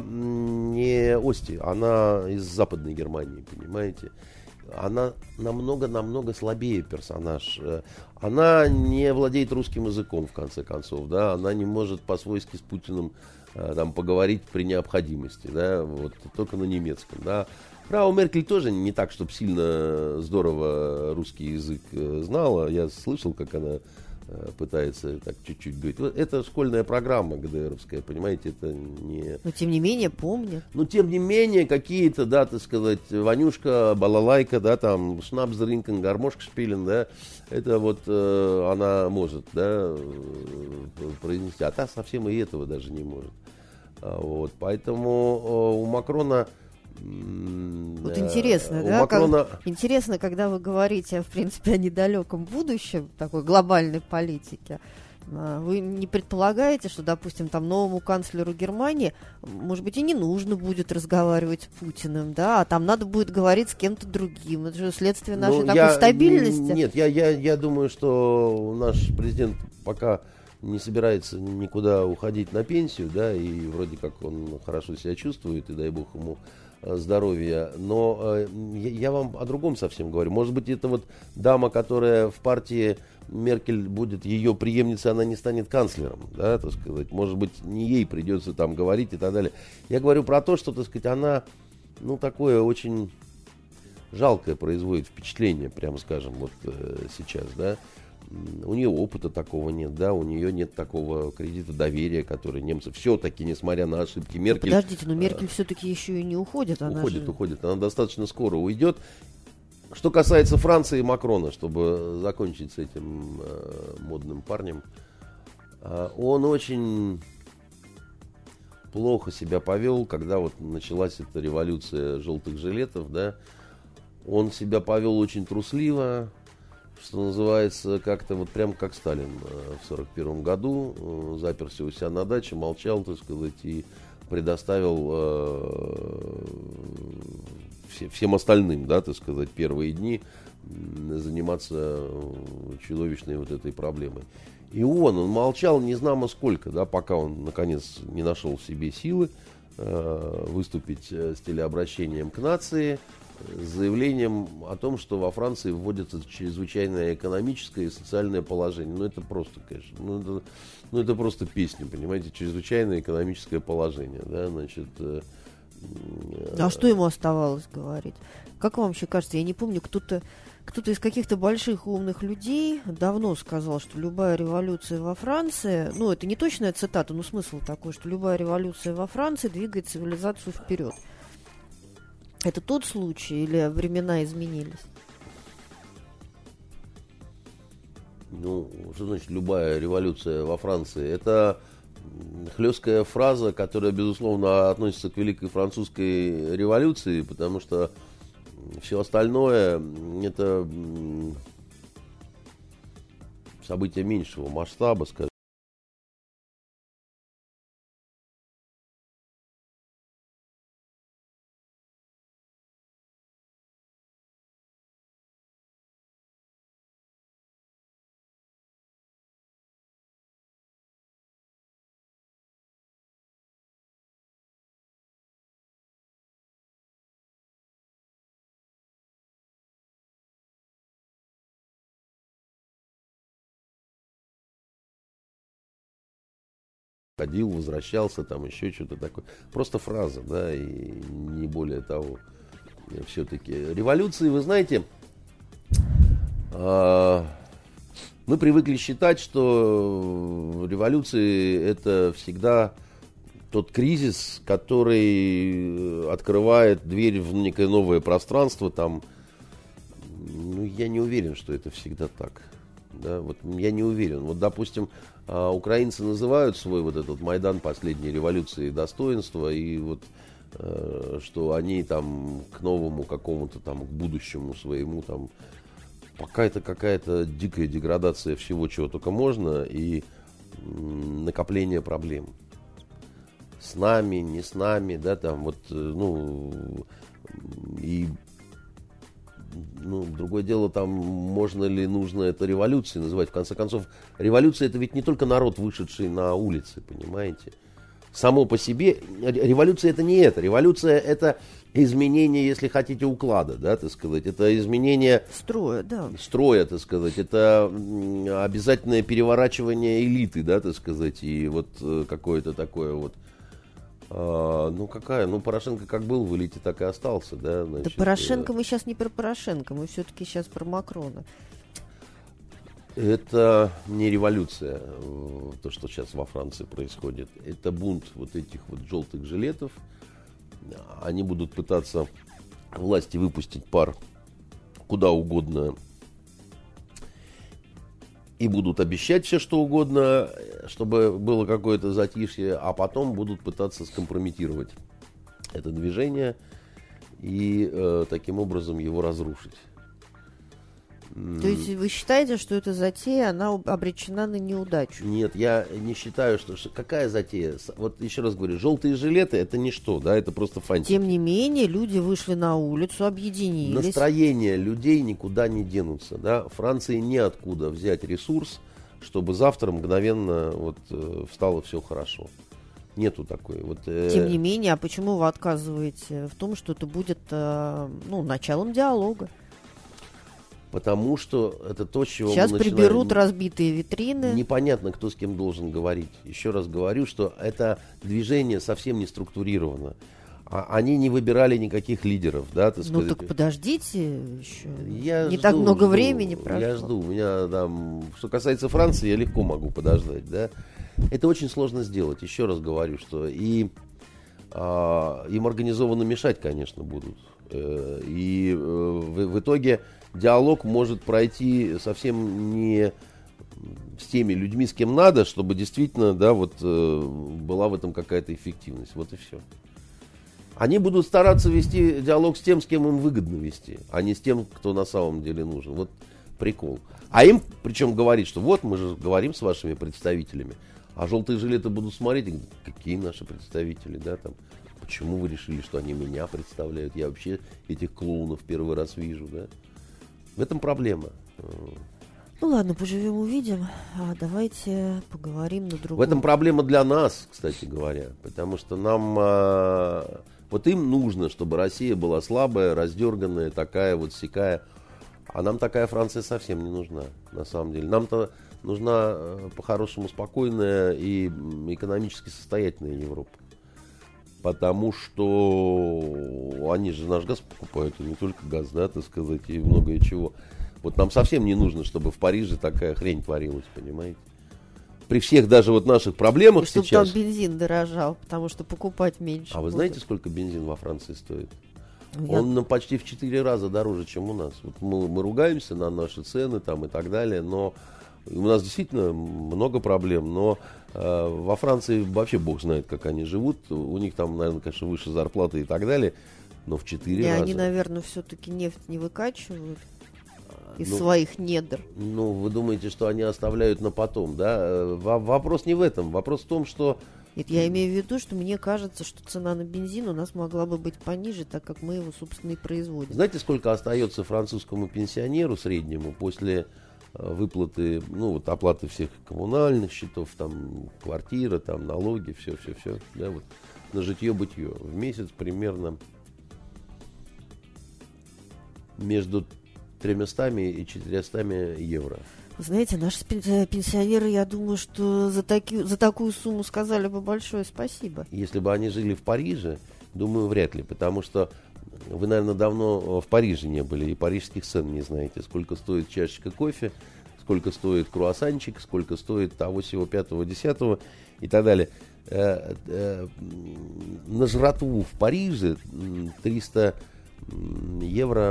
не Ости, она из Западной Германии, понимаете. Она намного-намного слабее персонаж. Она не владеет русским языком, в конце концов, да, она не может по-свойски с Путиным там поговорить при необходимости, да, вот, только на немецком, да. Фрау Меркель тоже не так, чтобы сильно здорово русский язык знала. Я слышал, как она пытается так чуть-чуть говорить. Это школьная программа ГДРовская, понимаете, это не... Но тем не менее помню. Но тем не менее какие-то, да, так сказать, Ванюшка, балалайка, да, там, шнапс дринкен, гармошка шпилен, да, это вот э, она может, да, произнести. А та совсем и этого даже не может. А, вот, поэтому э, у Макрона... Вот интересно, у да, Макрона... как, интересно, когда вы говорите, в принципе, о недалеком будущем такой глобальной политики, вы не предполагаете, что, допустим, там новому канцлеру Германии, может быть, и не нужно будет разговаривать с Путиным, да, а там надо будет говорить с кем-то другим. Это же следствие нашей ну, такой я, стабильности. Нет, я, я, я думаю, что наш президент пока не собирается никуда уходить на пенсию, да, и вроде как он хорошо себя чувствует, и дай бог ему здоровья. Но э, я, я вам о другом совсем говорю. Может быть, это вот дама, которая в партии Меркель будет ее преемницей, она не станет канцлером, да, так сказать. Может быть, не ей придется там говорить и так далее. Я говорю про то, что, так сказать, она, ну, такое очень жалкое производит впечатление, прямо скажем, вот э, сейчас, да. У нее опыта такого нет, да, у нее нет такого кредита доверия, который немцы все-таки, несмотря на ошибки Меркель... Подождите, но Меркель э, все-таки еще и не уходит. Она уходит, же... уходит, она достаточно скоро уйдет. Что касается Франции и Макрона, чтобы закончить с этим э, модным парнем, э, он очень плохо себя повел, когда вот началась эта революция желтых жилетов, да, он себя повел очень трусливо, что называется, как-то вот прям как Сталин в сорок первом году, заперся у себя на даче, молчал, так сказать, и предоставил э, все, всем остальным, да, так сказать, первые дни заниматься чудовищной вот этой проблемой. И он, он молчал не знамо сколько, да, пока он, наконец, не нашел в себе силы э, выступить с телеобращением к нации, с заявлением о том, что во Франции вводится чрезвычайное экономическое и социальное положение. Ну, это просто, конечно, ну, это, ну, это просто песня, понимаете, чрезвычайное экономическое положение, да, значит... Э, э, а что ему оставалось говорить? Как вам вообще кажется, я не помню, кто-то кто-то из каких-то больших умных людей давно сказал, что любая революция во Франции, ну, это не точная цитата, но смысл такой, что любая революция во Франции двигает цивилизацию вперед. Это тот случай или времена изменились? Ну, что значит любая революция во Франции? Это хлесткая фраза, которая, безусловно, относится к Великой Французской революции, потому что все остальное это события меньшего масштаба, скажем. Ходил, возвращался, там еще что-то такое. Просто фраза, да, и не более того. Все-таки революции, вы знаете, э, мы привыкли считать, что революции это всегда тот кризис, который открывает дверь в некое новое пространство. Там, ну, я не уверен, что это всегда так. Да, вот я не уверен. Вот, допустим, украинцы называют свой вот этот Майдан последней революции достоинства, и вот что они там к новому какому-то там, к будущему своему там, пока это какая-то дикая деградация всего, чего только можно, и накопление проблем. С нами, не с нами, да, там вот, ну, и ну, другое дело, там, можно ли, нужно это революцией называть. В конце концов, революция это ведь не только народ, вышедший на улицы, понимаете. Само по себе, революция это не это. Революция это изменение, если хотите, уклада, да, так сказать. Это изменение... Строя, да. Строя, так сказать. Это обязательное переворачивание элиты, да, так сказать. И вот какое-то такое вот... А, ну какая? Ну Порошенко как был в элите, так и остался, да? Значит, да Порошенко, э... мы сейчас не про Порошенко, мы все-таки сейчас про Макрона. Это не революция, то, что сейчас во Франции происходит. Это бунт вот этих вот желтых жилетов. Они будут пытаться власти выпустить пар куда угодно. И будут обещать все, что угодно, чтобы было какое-то затишье, а потом будут пытаться скомпрометировать это движение и э, таким образом его разрушить. То есть вы считаете, что эта затея, она обречена на неудачу? Нет, я не считаю, что... Какая затея? Вот еще раз говорю, желтые жилеты это ничто, да, это просто фантик. Тем не менее, люди вышли на улицу, объединились. Настроения людей никуда не денутся, да. Франции неоткуда взять ресурс, чтобы завтра мгновенно вот, стало все хорошо. Нету такой. Вот, э... Тем не менее, а почему вы отказываете в том, что это будет э, ну, началом диалога? Потому что это то, с чего Сейчас мы начинаем... приберут разбитые витрины. Непонятно, кто с кем должен говорить. Еще раз говорю, что это движение совсем не структурировано. А они не выбирали никаких лидеров, да, так ну сказать. так подождите еще. Я не жду, так много жду, времени прошло. Я жду. У меня там, что касается Франции, я легко могу подождать, да. Это очень сложно сделать. Еще раз говорю, что и а, им организованно мешать, конечно, будут. И в, в итоге диалог может пройти совсем не с теми людьми, с кем надо, чтобы действительно, да, вот была в этом какая-то эффективность. Вот и все. Они будут стараться вести диалог с тем, с кем им выгодно вести, а не с тем, кто на самом деле нужен. Вот прикол. А им, причем, говорит, что вот мы же говорим с вашими представителями, а желтые жилеты будут смотреть, и говорят, какие наши представители, да, там, почему вы решили, что они меня представляют? Я вообще этих клоунов первый раз вижу, да. В этом проблема. Ну ладно, поживем, увидим. А давайте поговорим на другом. В этом проблема для нас, кстати говоря, потому что нам... А, вот им нужно, чтобы Россия была слабая, раздерганная, такая вот сякая. А нам такая Франция совсем не нужна, на самом деле. Нам-то нужна по-хорошему спокойная и экономически состоятельная Европа. Потому что они же наш газ покупают, и не только газ, да, так сказать, и многое чего. Вот нам совсем не нужно, чтобы в Париже такая хрень творилась, понимаете? При всех даже вот наших проблемах и чтобы сейчас... там бензин дорожал, потому что покупать меньше. А вы будут. знаете, сколько бензин во Франции стоит? Я... Он ну, почти в четыре раза дороже, чем у нас. Вот мы, мы ругаемся на наши цены там и так далее, но у нас действительно много проблем. Но э, во Франции вообще бог знает, как они живут. У них там, наверное, конечно, выше зарплаты и так далее, но в четыре раза. Они, наверное, все-таки нефть не выкачивают из ну, своих недр. Ну, вы думаете, что они оставляют на потом, да? Вопрос не в этом. Вопрос в том, что... Нет, я имею в виду, что мне кажется, что цена на бензин у нас могла бы быть пониже, так как мы его, собственно, и производим. Знаете, сколько остается французскому пенсионеру среднему после выплаты, ну, вот оплаты всех коммунальных счетов, там, квартира, там, налоги, все-все-все, да, вот, на житье-бытие. В месяц примерно между тремястами и четырьмястами евро. Знаете, наши пенсионеры, я думаю, что за, таки, за такую сумму сказали бы большое спасибо. Если бы они жили в Париже, думаю, вряд ли, потому что вы, наверное, давно в Париже не были и парижских цен не знаете. Сколько стоит чашечка кофе, сколько стоит круассанчик, сколько стоит того, сего, пятого, десятого и так далее. На жратву в Париже триста евро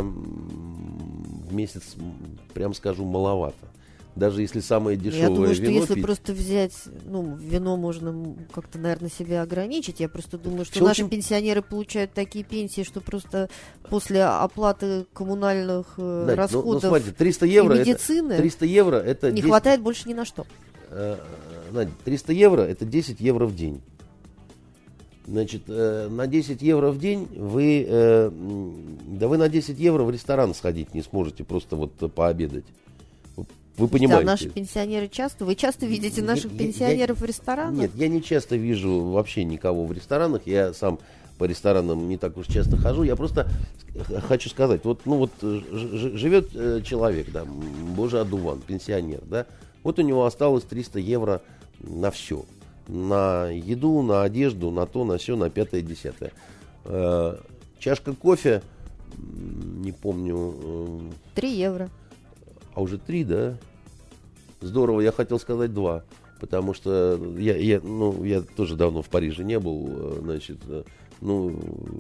в месяц, прям скажу, маловато. Даже если самое дешевое вино. Я думаю, что если пить... просто взять, ну, вино можно как-то, наверное, себя ограничить. Я просто думаю, что Все наши очень... пенсионеры получают такие пенсии, что просто после оплаты коммунальных э, да, расходов ну, ну, смотрите, триста евро и медицины это, триста евро это не десять... хватает больше ни на что. Э, Надя, триста евро это десять евро в день. Значит, э, на десять евро в день вы, э, да вы на десять евро в ресторан сходить не сможете, просто вот пообедать. Вы понимаете. Да, наши пенсионеры часто, вы часто видите наших я, пенсионеров я, в ресторанах? Нет, я не часто вижу вообще никого в ресторанах, я сам по ресторанам не так уж часто хожу, я просто хочу сказать, вот, ну вот живет человек, да, боже одуван, пенсионер, да, вот у него осталось триста евро на все. На еду, на одежду, на то, на все, на пятое, десятое. Э, чашка кофе, не помню. Три евро. А уже три, да? Здорово, я хотел сказать два. Потому что я, я, ну, я тоже давно в Париже не был. Значит, ну,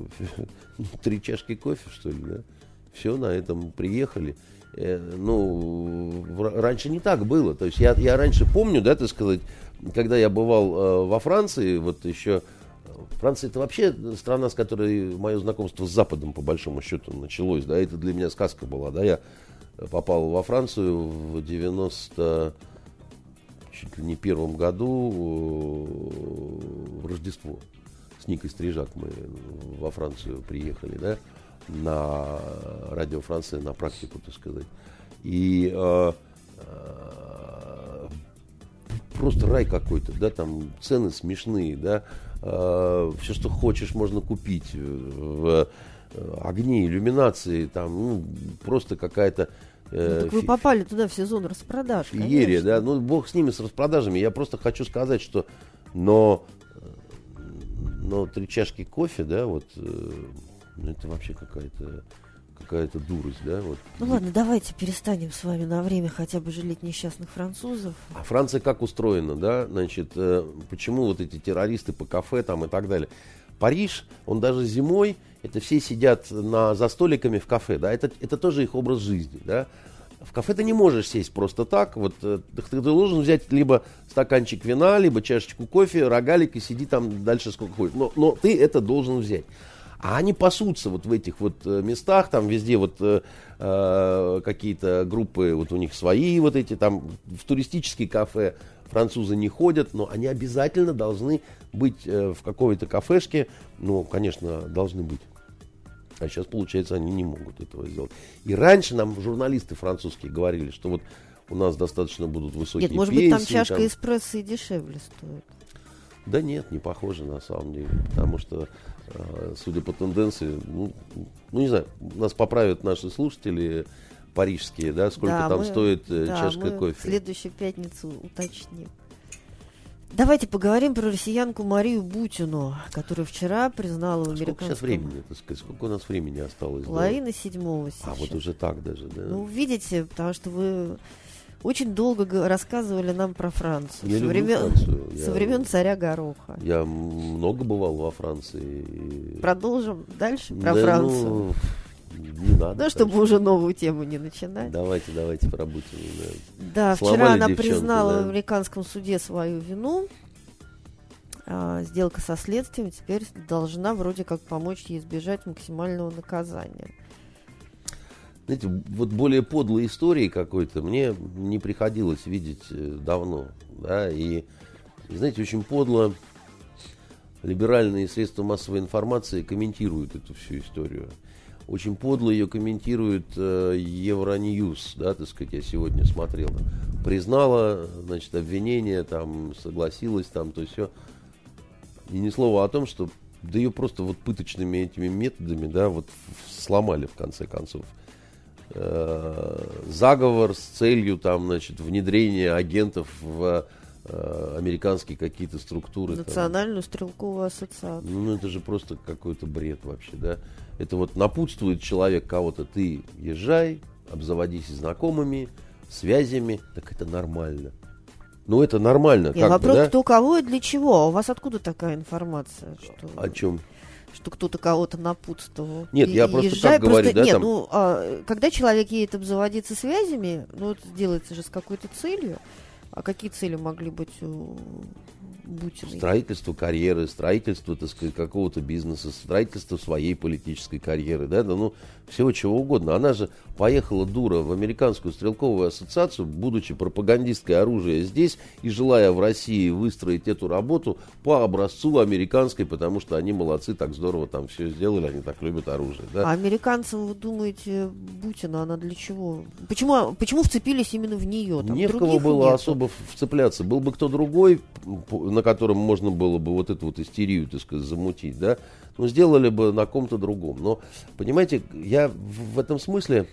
три чашки кофе, что ли, да? Все, на этом приехали. Э, ну, в, раньше не так было. То есть я, я раньше помню, да, так сказать, когда я бывал э, во Франции, вот еще... Франция — это вообще страна, с которой мое знакомство с Западом, по большому счету, началось. Да, это для меня сказка была. Да, я попал во Францию в девяносто чуть ли не первом году в Рождество. С Никой Стрижак мы во Францию приехали, да, на радио Франции, на практику, так сказать. И э, э, просто рай какой-то, да, там цены смешные, да. э, все, что хочешь, можно купить. В, огни, иллюминации, там, ну, просто какая-то... Ну, так вы фи- попали туда в сезон распродаж, феерия, да, ну, бог с ними, с распродажами. Я просто хочу сказать, что, но, но три чашки кофе, да, вот, ну, это вообще какая-то, какая-то дурость, да, вот. Ну, ладно, давайте перестанем с вами на время хотя бы жалеть несчастных французов. А Франция как устроена, да, значит, почему вот эти террористы по кафе там и так далее. Париж, он даже зимой, это все сидят на, за столиками в кафе, да, это, это тоже их образ жизни, да. В кафе ты не можешь сесть просто так, вот, ты, ты должен взять либо стаканчик вина, либо чашечку кофе, рогалик и сиди там дальше сколько хочешь, но, но ты это должен взять. А они пасутся вот в этих вот местах, там везде вот э, какие-то группы, вот у них свои вот эти, там в туристические кафе французы не ходят, но они обязательно должны быть э, в какой-то кафешке, ну, конечно, должны быть. А сейчас, получается, они не могут этого сделать. И раньше нам журналисты французские говорили, что вот у нас достаточно будут высокие пенсии. Нет, может быть, там чашка там... эспрессо и дешевле стоит. Да нет, не похоже на самом деле, потому что, э, судя по тенденции, ну, ну, не знаю, нас поправят наши слушатели парижские, да, сколько да, там мы, стоит э, да, чашка мы кофе. В следующую пятницу уточним. Давайте поговорим про россиянку Марию Бутину, которая вчера признала в американском... Сколько сейчас времени, так сказать, сколько у нас времени осталось? Половина седьмого сейчас. А вот уже так даже, да? Ну, видите, потому что вы очень долго рассказывали нам про Францию. Я со люблю времен, Францию. Со я, времен царя Гороха. Я много бывал во Франции. Продолжим дальше про да, Францию. Ну... Не надо. Ну, чтобы уже новую тему не начинать. Давайте, давайте про Бутину. Да, да вчера она признала да. в американском суде свою вину. А, сделка со следствием теперь должна вроде как помочь ей избежать максимального наказания. Знаете, вот более подлой истории какой-то мне не приходилось видеть давно. Да, и, и, знаете, очень подло либеральные средства массовой информации комментируют эту всю историю. Очень подло ее комментирует э, Евроньюз, да, так сказать, я сегодня смотрел. Признала, значит, обвинение, там, согласилась, там, то все. И ни слова о том, что, да ее просто вот пыточными этими методами, да, вот сломали в конце концов. Э, заговор с целью, там, значит, внедрения агентов в э, американские какие-то структуры. Национальную там. Стрелковую ассоциацию. Ну, это же просто какой-то бред вообще, да. Это вот напутствует человек кого-то, ты езжай, обзаводись знакомыми, связями, так это нормально. Ну, это нормально. Нет, вопрос, бы, да? Кто кого и для чего. А у вас откуда такая информация? Что, о чем? Что кто-то кого-то напутствовал. Нет, я просто езжай, так говорю, просто, да? Нет, там... ну, а, когда человек едет обзаводиться связями, ну, это делается же с какой-то целью. А какие цели могли быть у Бутиной? Строительство карьеры, строительство, так сказать, какого-то бизнеса, строительство своей политической карьеры, да, да, ну, всего чего угодно. Она же поехала, дура, в американскую стрелковую ассоциацию, будучи пропагандисткой оружия здесь и желая в России выстроить эту работу по образцу американской, потому что они молодцы, так здорово там все сделали, они так любят оружие, да. А американцам, вы думаете, Бутина, она для чего? Почему, почему вцепились именно в нее? Там не в кого было нету. Особо вцепляться. Был бы кто другой, на котором можно было бы вот эту вот истерию, так сказать, замутить, да, ну, сделали бы на ком-то другом. Но, понимаете, я в, в этом смысле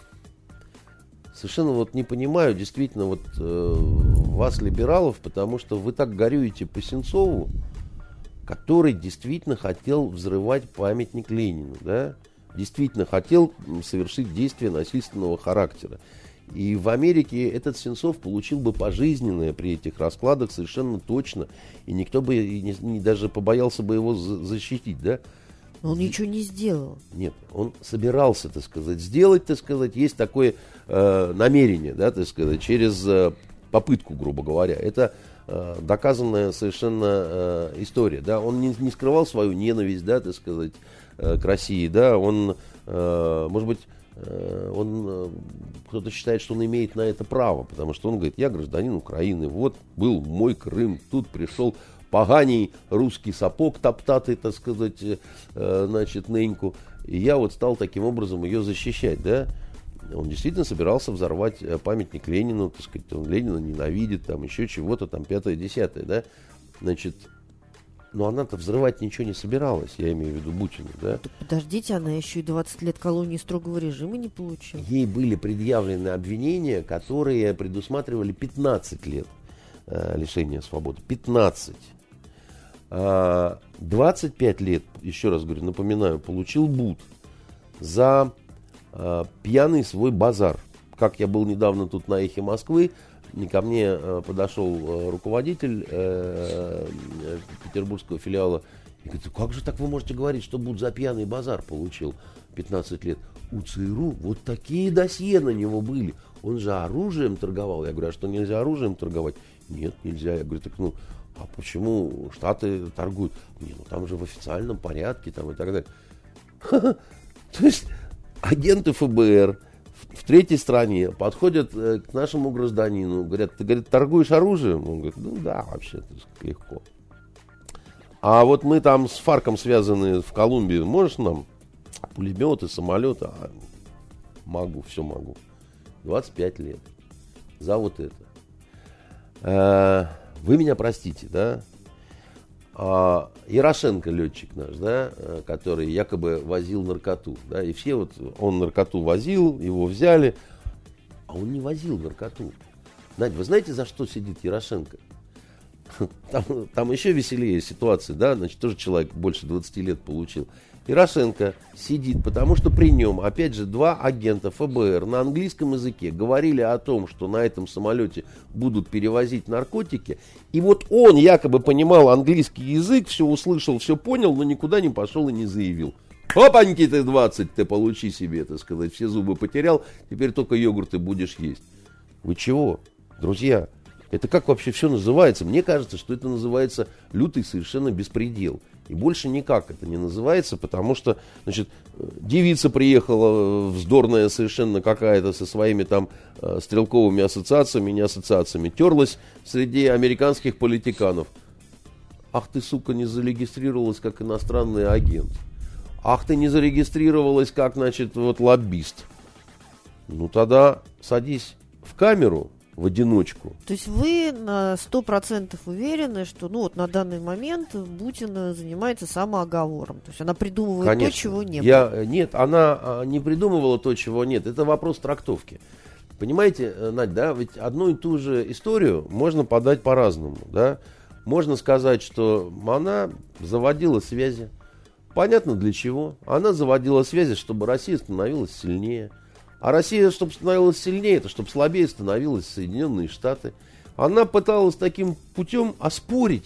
совершенно вот не понимаю действительно вот э, вас, либералов, потому что вы так горюете по Сенцову, который действительно хотел взрывать памятник Ленину, да, действительно хотел совершить действие насильственного характера. И в Америке этот Сенцов получил бы пожизненное при этих раскладах совершенно точно. И никто бы и не, не, даже побоялся бы его за, защитить, да? Но он ничего не сделал. Нет, он собирался, так сказать, сделать, так сказать, есть такое э, намерение, да, так сказать, через э, попытку, грубо говоря. Это э, доказанная совершенно э, история, да. Он не, не скрывал свою ненависть, да, так сказать, э, к России, да. Он, э, может быть, он, кто-то считает, что он имеет на это право, потому что он говорит, я гражданин Украины, вот был мой Крым, тут пришел поганий русский сапог топтатый, так сказать, значит, ныньку, и я вот стал таким образом ее защищать, да. Он действительно собирался взорвать памятник Ленину, так сказать, он Ленина ненавидит, там еще чего-то, там пятое-десятое, да. Значит, Но она-то взрывать ничего не собиралась, я имею в виду Бутину, да? Так подождите, она еще и двадцать лет колонии строгого режима не получила. Ей были предъявлены обвинения, которые предусматривали пятнадцать лет э, лишения свободы. пятнадцать. А двадцать пять лет, еще раз говорю, напоминаю, получил Бут за э, пьяный свой базар. Как я был недавно тут на Эхе Москвы, ко мне э, подошел э, руководитель э, э, петербургского филиала и говорит: как же так вы можете говорить, что Бут за пьяный базар получил пятнадцать лет? У ЦРУ вот такие досье на него были. Он же оружием торговал. Я говорю: а что, нельзя оружием торговать? Нет, нельзя. Я говорю: так ну, а почему Штаты торгуют? Не, ну там же в официальном порядке там и так далее. То есть агенты ФБР в третьей стране подходят э, к нашему гражданину, говорят: ты, говорит, торгуешь оружием? Он говорит: ну да, вообще легко. А вот мы там с ФАРКом связаны в Колумбии, можешь нам пулеметы, самолеты? А, могу, все могу. двадцать пять лет за вот это. Э, вы меня простите, да? А, Ярошенко, летчик наш, да, который якобы возил наркоту, да, и все вот, он наркоту возил, его взяли, а он не возил наркоту. Надя, вы знаете, за что сидит Ярошенко? Там, там еще веселее ситуация, да, значит, тоже человек больше двадцати лет получил. Ярошенко сидит, потому что при нем, опять же, два агента ФБР на английском языке говорили о том, что на этом самолете будут перевозить наркотики. И вот он якобы понимал английский язык, все услышал, все понял, но никуда не пошел и не заявил. Опаньки ты двадцать, ты получи себе, так сказать, все зубы потерял, теперь только йогурты будешь есть. Вы чего, друзья? Это как вообще все называется? Мне кажется, что это называется лютый совершенно беспредел. И больше никак это не называется, потому что, значит, девица приехала вздорная совершенно какая-то со своими там э, стрелковыми ассоциациями, не ассоциациями, терлась среди американских политиканов. Ах ты, сука, не зарегистрировалась как иностранный агент. Ах ты, не зарегистрировалась как, значит, вот лоббист. Ну тогда садись в камеру в одиночку. То есть вы на сто процентов уверены, что ну, вот на данный момент Бутина занимается самооговором? То есть она придумывает Конечно. то, чего не Я, было? Нет, она не придумывала то, чего нет. Это вопрос трактовки. Понимаете, Надь, да, ведь одну и ту же историю можно подать по-разному. Да? Можно сказать, что она заводила связи. Понятно для чего. Она заводила связи, чтобы Россия становилась сильнее. А Россия, чтобы становилась сильнее, это чтобы слабее становились Соединенные Штаты. Она пыталась таким путем оспорить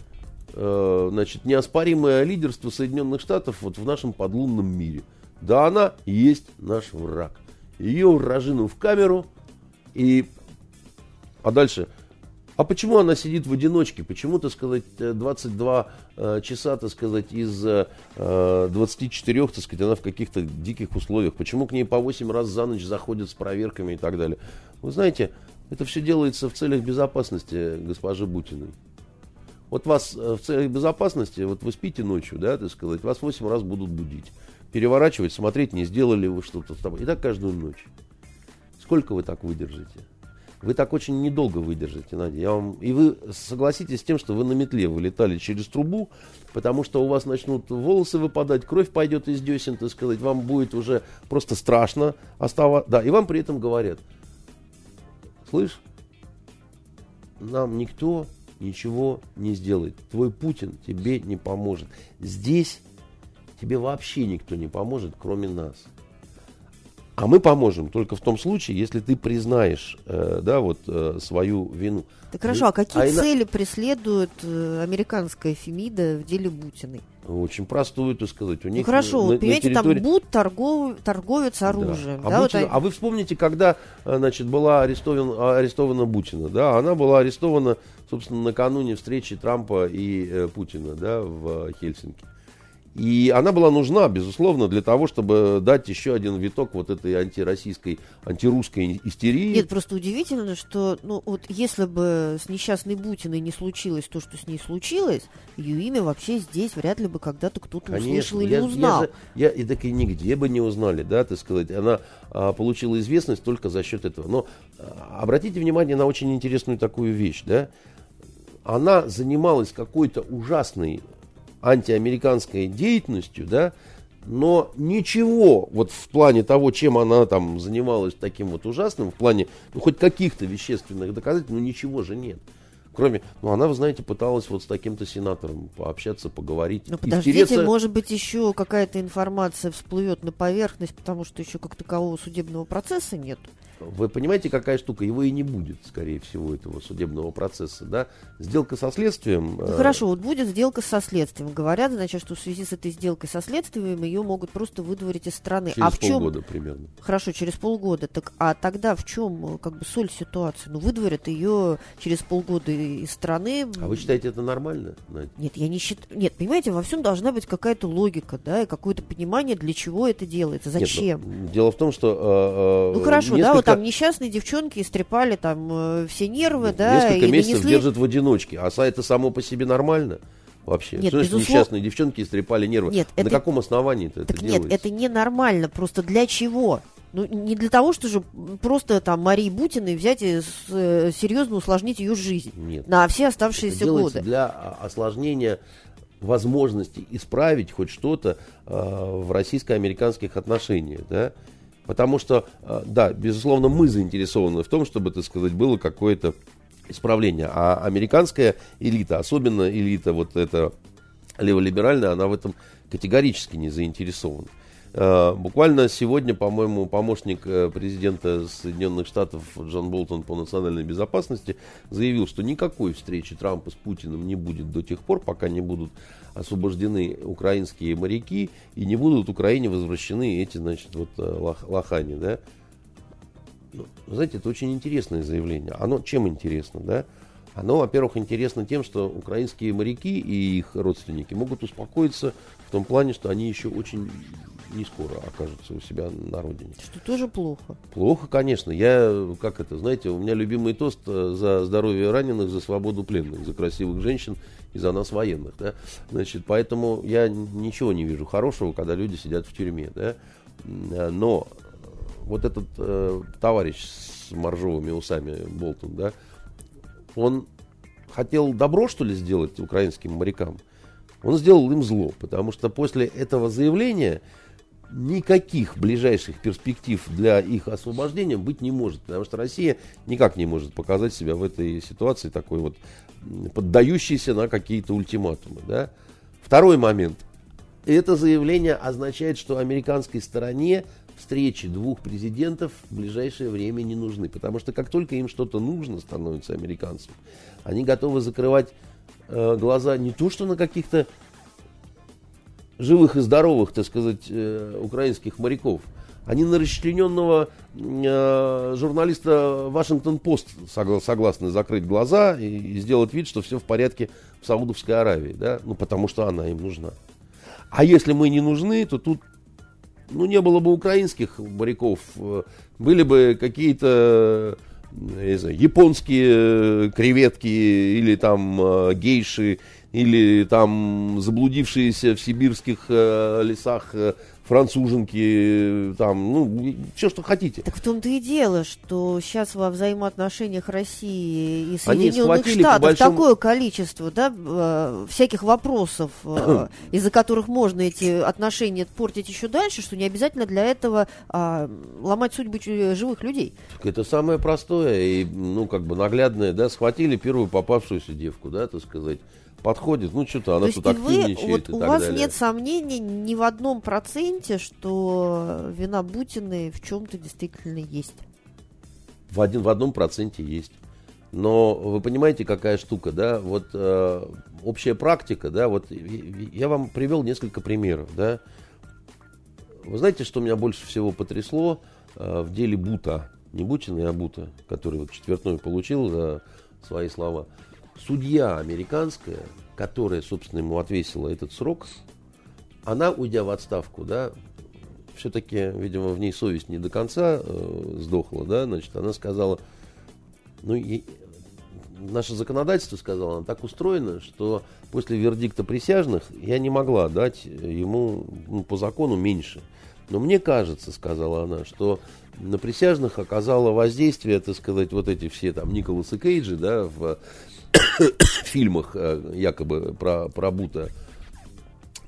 э, значит, неоспоримое лидерство Соединенных Штатов вот в нашем подлунном мире. Да, она есть наш враг. Ее вражину в камеру. И... А дальше... А почему она сидит в одиночке? Почему, так сказать, двадцать два э, часа, так сказать, из э, двадцати четырёх, так сказать, она в каких-то диких условиях? Почему к ней по восемь раз за ночь заходят с проверками и так далее? Вы знаете, это все делается в целях безопасности госпожи Бутиной. Вот вас в целях безопасности, вот вы спите ночью, да, так сказать, вас восемь раз будут будить, переворачивать, смотреть, не сделали вы что-то. И так каждую ночь. Сколько вы так выдержите? Вы так очень недолго выдержите, Надя. Я вам... И вы согласитесь с тем, что вы на метле вылетали через трубу, потому что у вас начнут волосы выпадать, кровь пойдет из десен, так сказать, вам будет уже просто страшно оставаться. Да, и вам при этом говорят: слышь, нам никто ничего не сделает. Твой Путин тебе не поможет. Здесь тебе вообще никто не поможет, кроме нас. А мы поможем только в том случае, если ты признаешь э, да, вот, э, свою вину. Так хорошо, а какие а цели ина... преследует э, американская Фемида в деле Бутиной? Очень простую, так сказать. У них ну хорошо, на, вот, понимаете, на территории... там Бут торгов... торговец оружием. Да. Да, А, вот Бутина... они... а вы вспомните, когда значит, была арестована, арестована Бутина. Да? Она была арестована, собственно, накануне встречи Трампа и э, Путина, да, в Хельсинки. И она была нужна, безусловно, для того, чтобы дать еще один виток вот этой антироссийской, антирусской истерии. Нет, просто удивительно, что ну, вот если бы с несчастной Бутиной не случилось то, что с ней случилось, ее имя вообще здесь вряд ли бы когда-то кто-то Конечно, услышал или я, узнал. Я, же, я и так и нигде бы не узнали, да, так сказать. Она а, получила известность только за счет этого. Но а, обратите внимание на очень интересную такую вещь, да. Она занималась какой-то ужасной антиамериканской деятельностью, да, но ничего вот в плане того, чем она там занималась таким вот ужасным, в плане, ну, хоть каких-то вещественных доказательств, ну, ничего же нет. Кроме, ну, она, вы знаете, пыталась вот с таким-то сенатором пообщаться, поговорить. Ну, подождите, втереться... может быть, еще какая-то информация всплывет на поверхность, потому что еще как такового судебного процесса нет. Вы понимаете, какая штука? Его и не будет, скорее всего, этого судебного процесса, да? Сделка со следствием... Ну, хорошо, вот будет сделка со следствием. Говорят, значит, что в связи с этой сделкой со следствием ее могут просто выдворить из страны. Через а в чем... полгода примерно. Хорошо, через полгода. Так, а тогда в чем как бы соль ситуации? Ну, выдворят ее через полгода из страны. А вы считаете, это нормально? Нет, я не считаю... Нет, понимаете, во всем должна быть какая-то логика, да, и какое-то понимание, для чего это делается, зачем. Нет, ну, дело в том, что... Э, ну, хорошо, несколько... да, вот там несчастные девчонки истрепали там э, все нервы, Нет, да. Несколько и месяцев нанесли... держат в одиночке. А это само по себе нормально? Вообще. Нет, что значит безуслов... несчастные девчонки истрепали нервы? Нет, На это... каком основании это так делается? Нет, это ненормально. Просто для чего? Ну, не для того, что же просто там Марии Бутиной взять и с, э, серьезно усложнить ее жизнь. Нет. На все оставшиеся это делается годы. Для осложнения возможности исправить хоть что-то э, в российско-американских отношениях, да? Потому что, э, да, безусловно, мы заинтересованы в том, чтобы, так сказать, было какое-то исправление. А американская элита, особенно элита вот эта леволиберальная, она в этом категорически не заинтересована. Э, буквально сегодня, по-моему, помощник президента Соединенных Штатов Джон Болтон по национальной безопасности заявил, что никакой встречи Трампа с Путиным не будет до тех пор, пока не будут освобождены украинские моряки и не будут Украине возвращены эти, значит, вот лох, лохани, да. Ну, знаете, это очень интересное заявление. Оно чем интересно, да? Оно, во-первых, интересно тем, что украинские моряки и их родственники могут успокоиться в том плане, что они еще очень не скоро окажутся у себя на родине. Что тоже плохо. Плохо, конечно. Я, как это, знаете, у меня любимый тост за здоровье раненых, за свободу пленных, за красивых женщин и за нас военных, да. Значит, поэтому я ничего не вижу хорошего, когда люди сидят в тюрьме, да. Но вот этот э, товарищ с моржовыми усами Болтон, да, он хотел добро, что ли, сделать украинским морякам. Он сделал им зло, потому что после этого заявления никаких ближайших перспектив для их освобождения быть не может. Потому что Россия никак не может показать себя в этой ситуации такой вот поддающейся на какие-то ультиматумы. Да? Второй момент. Это заявление означает, что американской стороне встречи двух президентов в ближайшее время не нужны. Потому что как только им что-то нужно становится американцам, они готовы закрывать э, глаза не то что на каких-то живых и здоровых, так сказать, э, украинских моряков. Они на расчлененного э, журналиста Вашингтон-Пост согла- согласны закрыть глаза и, и сделать вид, что все в порядке в Саудовской Аравии. Да? Ну, потому что она им нужна. А если мы не нужны, то тут ну, не было бы украинских моряков, были бы какие-то, не знаю, японские креветки или там гейши, или там заблудившиеся в сибирских лесах француженки, там, ну, все, что хотите. Так в том-то и дело, что сейчас во взаимоотношениях России и Соединенных Штатов большому... такое количество, да, э, всяких вопросов, э, из-за которых можно эти отношения портить еще дальше, что не обязательно для этого э, ломать судьбы живых людей. Так это самое простое и, ну, как бы наглядное, да, схватили первую попавшуюся девку, да, так сказать, подходит, ну что-то она тут активничает вы, вот и у так вас далее. Нет сомнений ни в одном проценте, что вина Бутиной в чем-то действительно есть? В, один, в одном проценте есть. Но вы понимаете, какая штука, да, вот э, общая практика, да, вот я вам привел несколько примеров, да. Вы знаете, что меня больше всего потрясло э, в деле Бута, не Бутиной, а Бута, который вот четвертной получил за свои слова. Судья американская, которая, собственно, ему отвесила этот срок, она, уйдя в отставку, да, все-таки, видимо, в ней совесть не до конца э, сдохла, да, значит, она сказала, ну, и, наше законодательство, сказала она, так устроено, что после вердикта присяжных я не могла дать ему, ну, по закону меньше. Но мне кажется, сказала она, что на присяжных оказало воздействие, так сказать, вот эти все там Николасы Кейджи, да, в фильмах якобы про, про Бута,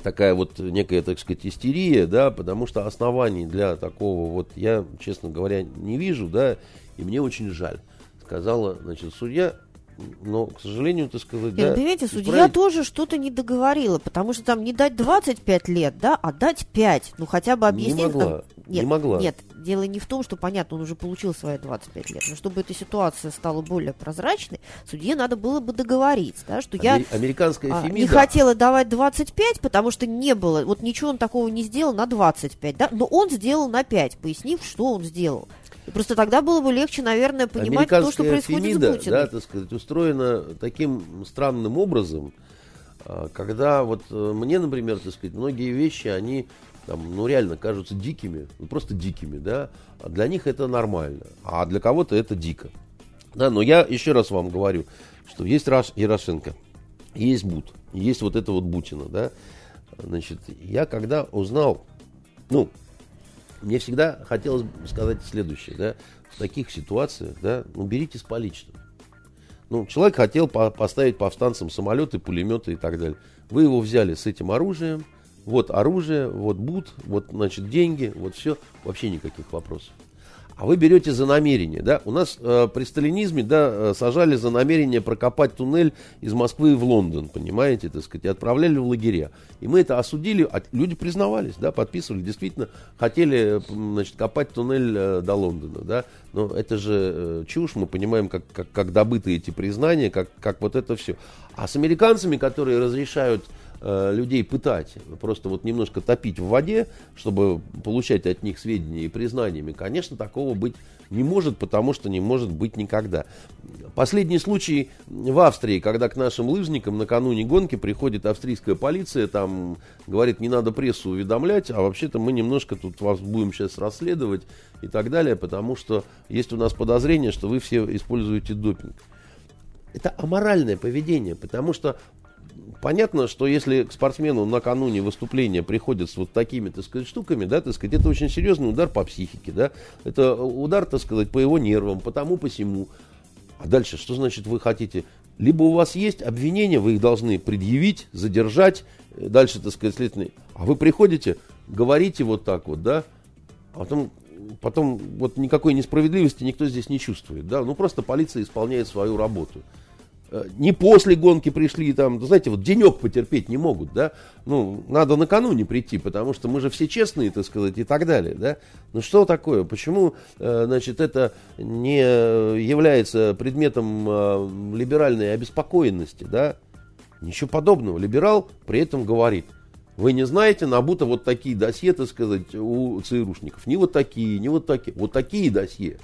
такая вот некая, так сказать, истерия, да, потому что оснований для такого вот я, честно говоря, не вижу, да, и мне очень жаль, сказала, значит, судья. Но, к сожалению, так сказать, Нет, да, понимаете, судья исправить... тоже что-то не договорила, потому что там не дать двадцать пять лет, да, а дать пять. Ну, хотя бы объяснить. Не могла, там... нет, не могла. Нет, дело не в том, что, понятно, он уже получил свои двадцать пять лет, но чтобы эта ситуация стала более прозрачной, судье надо было бы договориться, да, что я Американская а, Фемида... не хотела давать двадцать пять, потому что не было, вот ничего он такого не сделал на двадцать пять, да, но он сделал на пять, пояснив, что он сделал. И просто тогда было бы легче, наверное, понимать то, что происходит Фемида, с Бутиной. да, так сказать, устроена таким странным образом, когда вот мне, например, так сказать, многие вещи, они там, ну, реально кажутся дикими, ну, просто дикими, да, а для них это нормально, а для кого-то это дико. Да, но я еще раз вам говорю, что есть Раш, Ярошенко, есть Бут, есть вот это вот Бутина, да, значит, я когда узнал, ну, мне всегда хотелось сказать следующее, да, в таких ситуациях, да, ну, берите с поличным. Ну, человек хотел по- поставить повстанцам самолеты, пулеметы и так далее. Вы его взяли с этим оружием, вот оружие, вот Бут, вот, значит, деньги, вот все, вообще никаких вопросов. А вы берете за намерение, да, у нас э, при сталинизме, да, сажали за намерение прокопать туннель из Москвы в Лондон, понимаете, так сказать, и отправляли в лагеря. И мы это осудили, а люди признавались, да, подписывали, действительно хотели, значит, копать туннель э, до Лондона, да, но это же э, чушь, мы понимаем, как, как, как добыты эти признания, как, как вот это все. А с американцами, которые разрешают людей пытать, просто вот немножко топить в воде, чтобы получать от них сведения и признаниями, конечно, такого быть не может, потому что не может быть никогда. Последний случай в Австрии, когда к нашим лыжникам накануне гонки приходит австрийская полиция, там говорит, не надо прессу уведомлять, а вообще-то мы немножко тут вас будем сейчас расследовать и так далее, потому что есть у нас подозрение, что вы все используете допинг. Это аморальное поведение, потому что понятно, что если к спортсмену накануне выступления приходят с вот такими, так сказать, штуками, да, так сказать, это очень серьезный удар по психике, да, это удар, так сказать, по его нервам, по тому, по сему. А дальше, что значит вы хотите? Либо у вас есть обвинения, вы их должны предъявить, задержать, дальше, так сказать, следственный. А вы приходите, говорите вот так вот, да, а потом, потом вот никакой несправедливости никто здесь не чувствует, да, ну просто полиция исполняет свою работу. Не после гонки пришли, там, знаете, вот денек потерпеть не могут, да, ну, надо накануне прийти, потому что мы же все честные, так сказать, и так далее, да, ну, что такое, почему, значит, это не является предметом либеральной обеспокоенности, да, ничего подобного, либерал при этом говорит, вы не знаете, набуто вот такие досье, так сказать, у ЦРУшников, не вот такие, не вот такие, вот такие досье.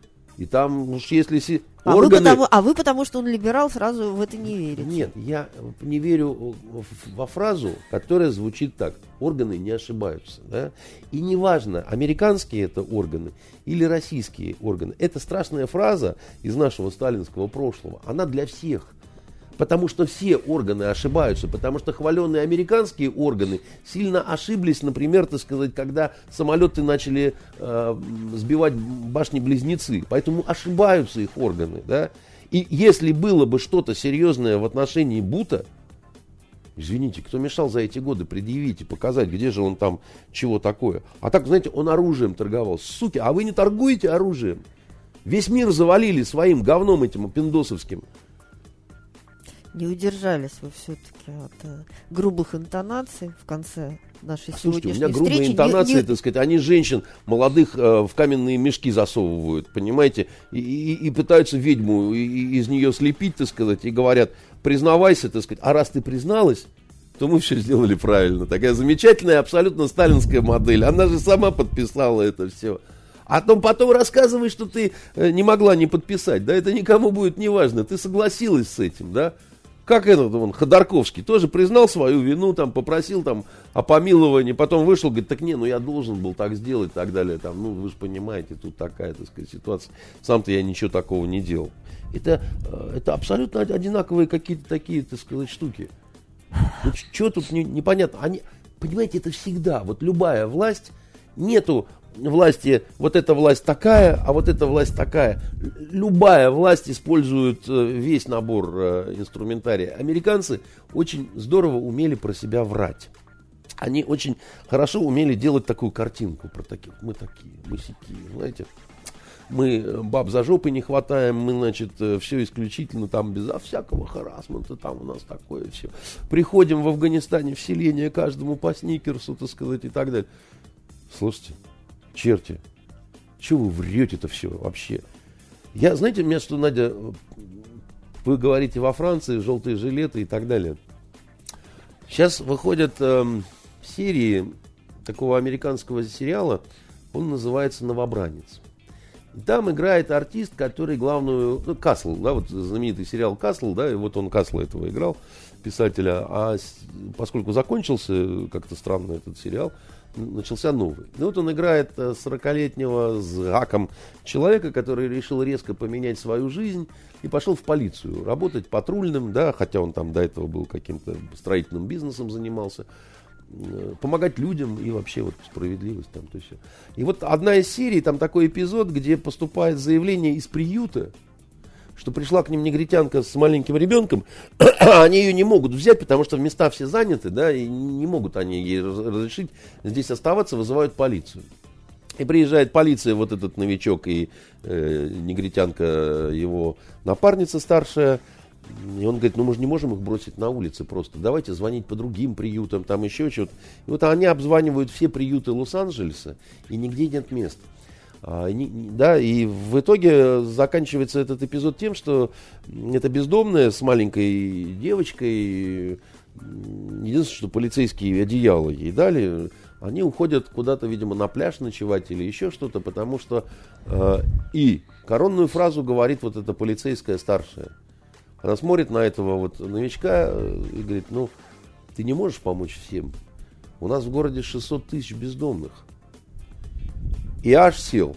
И там, уж если си... а, органы... вы потому, а вы потому, что он либерал, сразу в это не верите? Нет, я не верю во фразу, которая звучит так. Органы не ошибаются. Да? И неважно, американские это органы или российские органы. Это страшная фраза из нашего сталинского прошлого. Она для всех. Потому что все органы ошибаются, потому что хваленные американские органы сильно ошиблись, например, так сказать, когда самолеты начали э, сбивать башни-близнецы. Поэтому ошибаются их органы. Да? И если было бы что-то серьезное в отношении Бута, извините, кто мешал за эти годы предъявить и показать, где же он там, чего такое. А так, знаете, он оружием торговал. Суки, а вы не торгуете оружием? Весь мир завалили своим говном этим пиндосовским. Не удержались вы все-таки от э, грубых интонаций в конце нашей а, слушайте, сегодняшней у меня грубые встречи. интонации, не, не... так сказать, они женщин молодых э, в каменные мешки засовывают, понимаете, и, и, и пытаются ведьму и, и из нее слепить, так сказать, и говорят, признавайся, так сказать, а раз ты призналась, то мы все сделали правильно. Такая замечательная, абсолютно сталинская модель. Она же сама подписала это все. А потом, потом рассказывай, что ты не могла не подписать. Да, это никому будет не важно. Ты согласилась с этим, да? Как этот, он, Ходорковский, тоже признал свою вину, там, попросил там о помиловании, потом вышел, говорит, так не, ну я должен был так сделать и так далее. Там, ну, вы же понимаете, тут такая, так сказать, ситуация. Сам-то я ничего такого не делал. Это, это абсолютно одинаковые какие-то такие, так сказать, штуки. Ну, что тут не, непонятно? Они, понимаете, это всегда, вот любая власть, нету власти, вот эта власть такая, а вот эта власть такая. Любая власть использует весь набор инструментария. Американцы очень здорово умели про себя врать. они очень хорошо умели делать такую картинку про таких. Мы такие, мы сякие, знаете. Мы баб за жопы не хватаем, мы, значит, все исключительно там безо всякого харассмента, там у нас такое все. Приходим в Афганистане в селение каждому по сникерсу, так сказать, и так далее. Слушайте, черти, чего вы врете-то все вообще? Я, знаете, меня что, Надя, вы говорите во Франции, желтые жилеты и так далее. Сейчас выходят э, серии такого американского сериала, он называется «Новобранец». И там играет артист, который главную... Ну, Касл, да, вот знаменитый сериал «Касл», да, и вот он Касла этого играл, писателя. А с, поскольку закончился как-то странно этот сериал, начался новый. И вот он играет сорокалетнего с гаком человека, который решил резко поменять свою жизнь и пошел в полицию работать патрульным, да, хотя он там до этого был каким-то строительным бизнесом занимался. Помогать людям и вообще вот справедливость там, то есть. И вот одна из серий, там такой эпизод, где поступает заявление из приюта, что пришла к ним негритянка с маленьким ребенком, а они ее не могут взять, потому что места все заняты, да, и не могут они ей разрешить здесь оставаться, вызывают полицию. И приезжает полиция, вот этот новичок и э, негритянка, его напарница старшая. И он говорит, ну мы же не можем их бросить на улице просто. Давайте звонить по другим приютам, там еще что-то. И вот они обзванивают все приюты Лос-Анджелеса, и нигде нет мест. А, не, да, и в итоге заканчивается этот эпизод тем, что эта бездомная с маленькой девочкой, единственное, что полицейские одеяла ей дали, они уходят куда-то, видимо, на пляж ночевать или еще что-то, потому что э, и коронную фразу говорит вот эта полицейская старшая. Она смотрит на этого вот новичка и говорит, ну, ты не можешь помочь всем. У нас в городе шестьсот тысяч бездомных. И аж сел.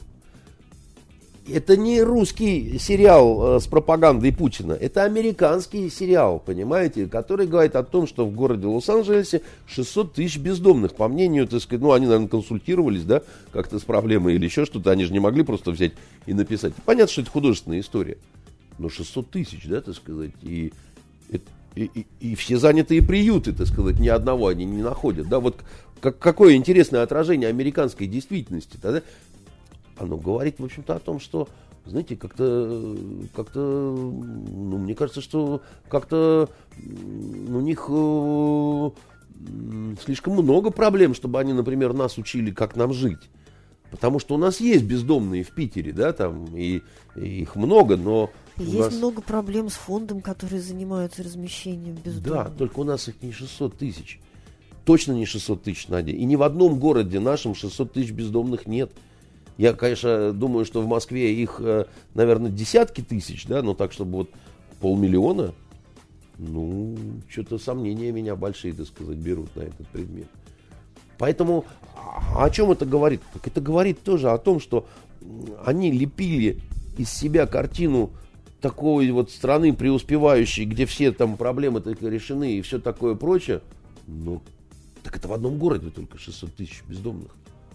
Это не русский сериал э, с пропагандой Путина. Это американский сериал, понимаете, который говорит о том, что в городе Лос-Анджелесе шестьсот тысяч бездомных. По мнению, так сказать, ну, они, наверное, консультировались, да, как-то с проблемой или еще что-то. Они же не могли просто взять и написать. Понятно, что это художественная история. Но шестьсот тысяч, да, так сказать, и, и, и, и все занятые приюты, так сказать, ни одного они не находят. Да, вот как, какое интересное отражение американской действительности. Да? Оно говорит, в общем-то, о том, что, знаете, как-то, как-то, ну, мне кажется, что как-то у них э, слишком много проблем, чтобы они, например, нас учили, как нам жить. Потому что у нас есть бездомные в Питере, да, там, и, и их много, но... Есть нас... много проблем с фондом, которые занимаются размещением бездомных. Да, только у нас их не шестьсот тысяч. Точно не шестьсот тысяч, Надя. И ни в одном городе нашем шестьсот тысяч бездомных нет. Я, конечно, думаю, что в Москве их, наверное, десятки тысяч, да, но так, чтобы вот полмиллиона, ну, что-то сомнения меня большие, так сказать, берут на этот предмет. Поэтому о чем это говорит? Так это говорит тоже о том, что они лепили из себя картину такой вот страны преуспевающей, где все там проблемы только решены и все такое прочее. Ну, так это в одном городе только шестьсот тысяч бездомных.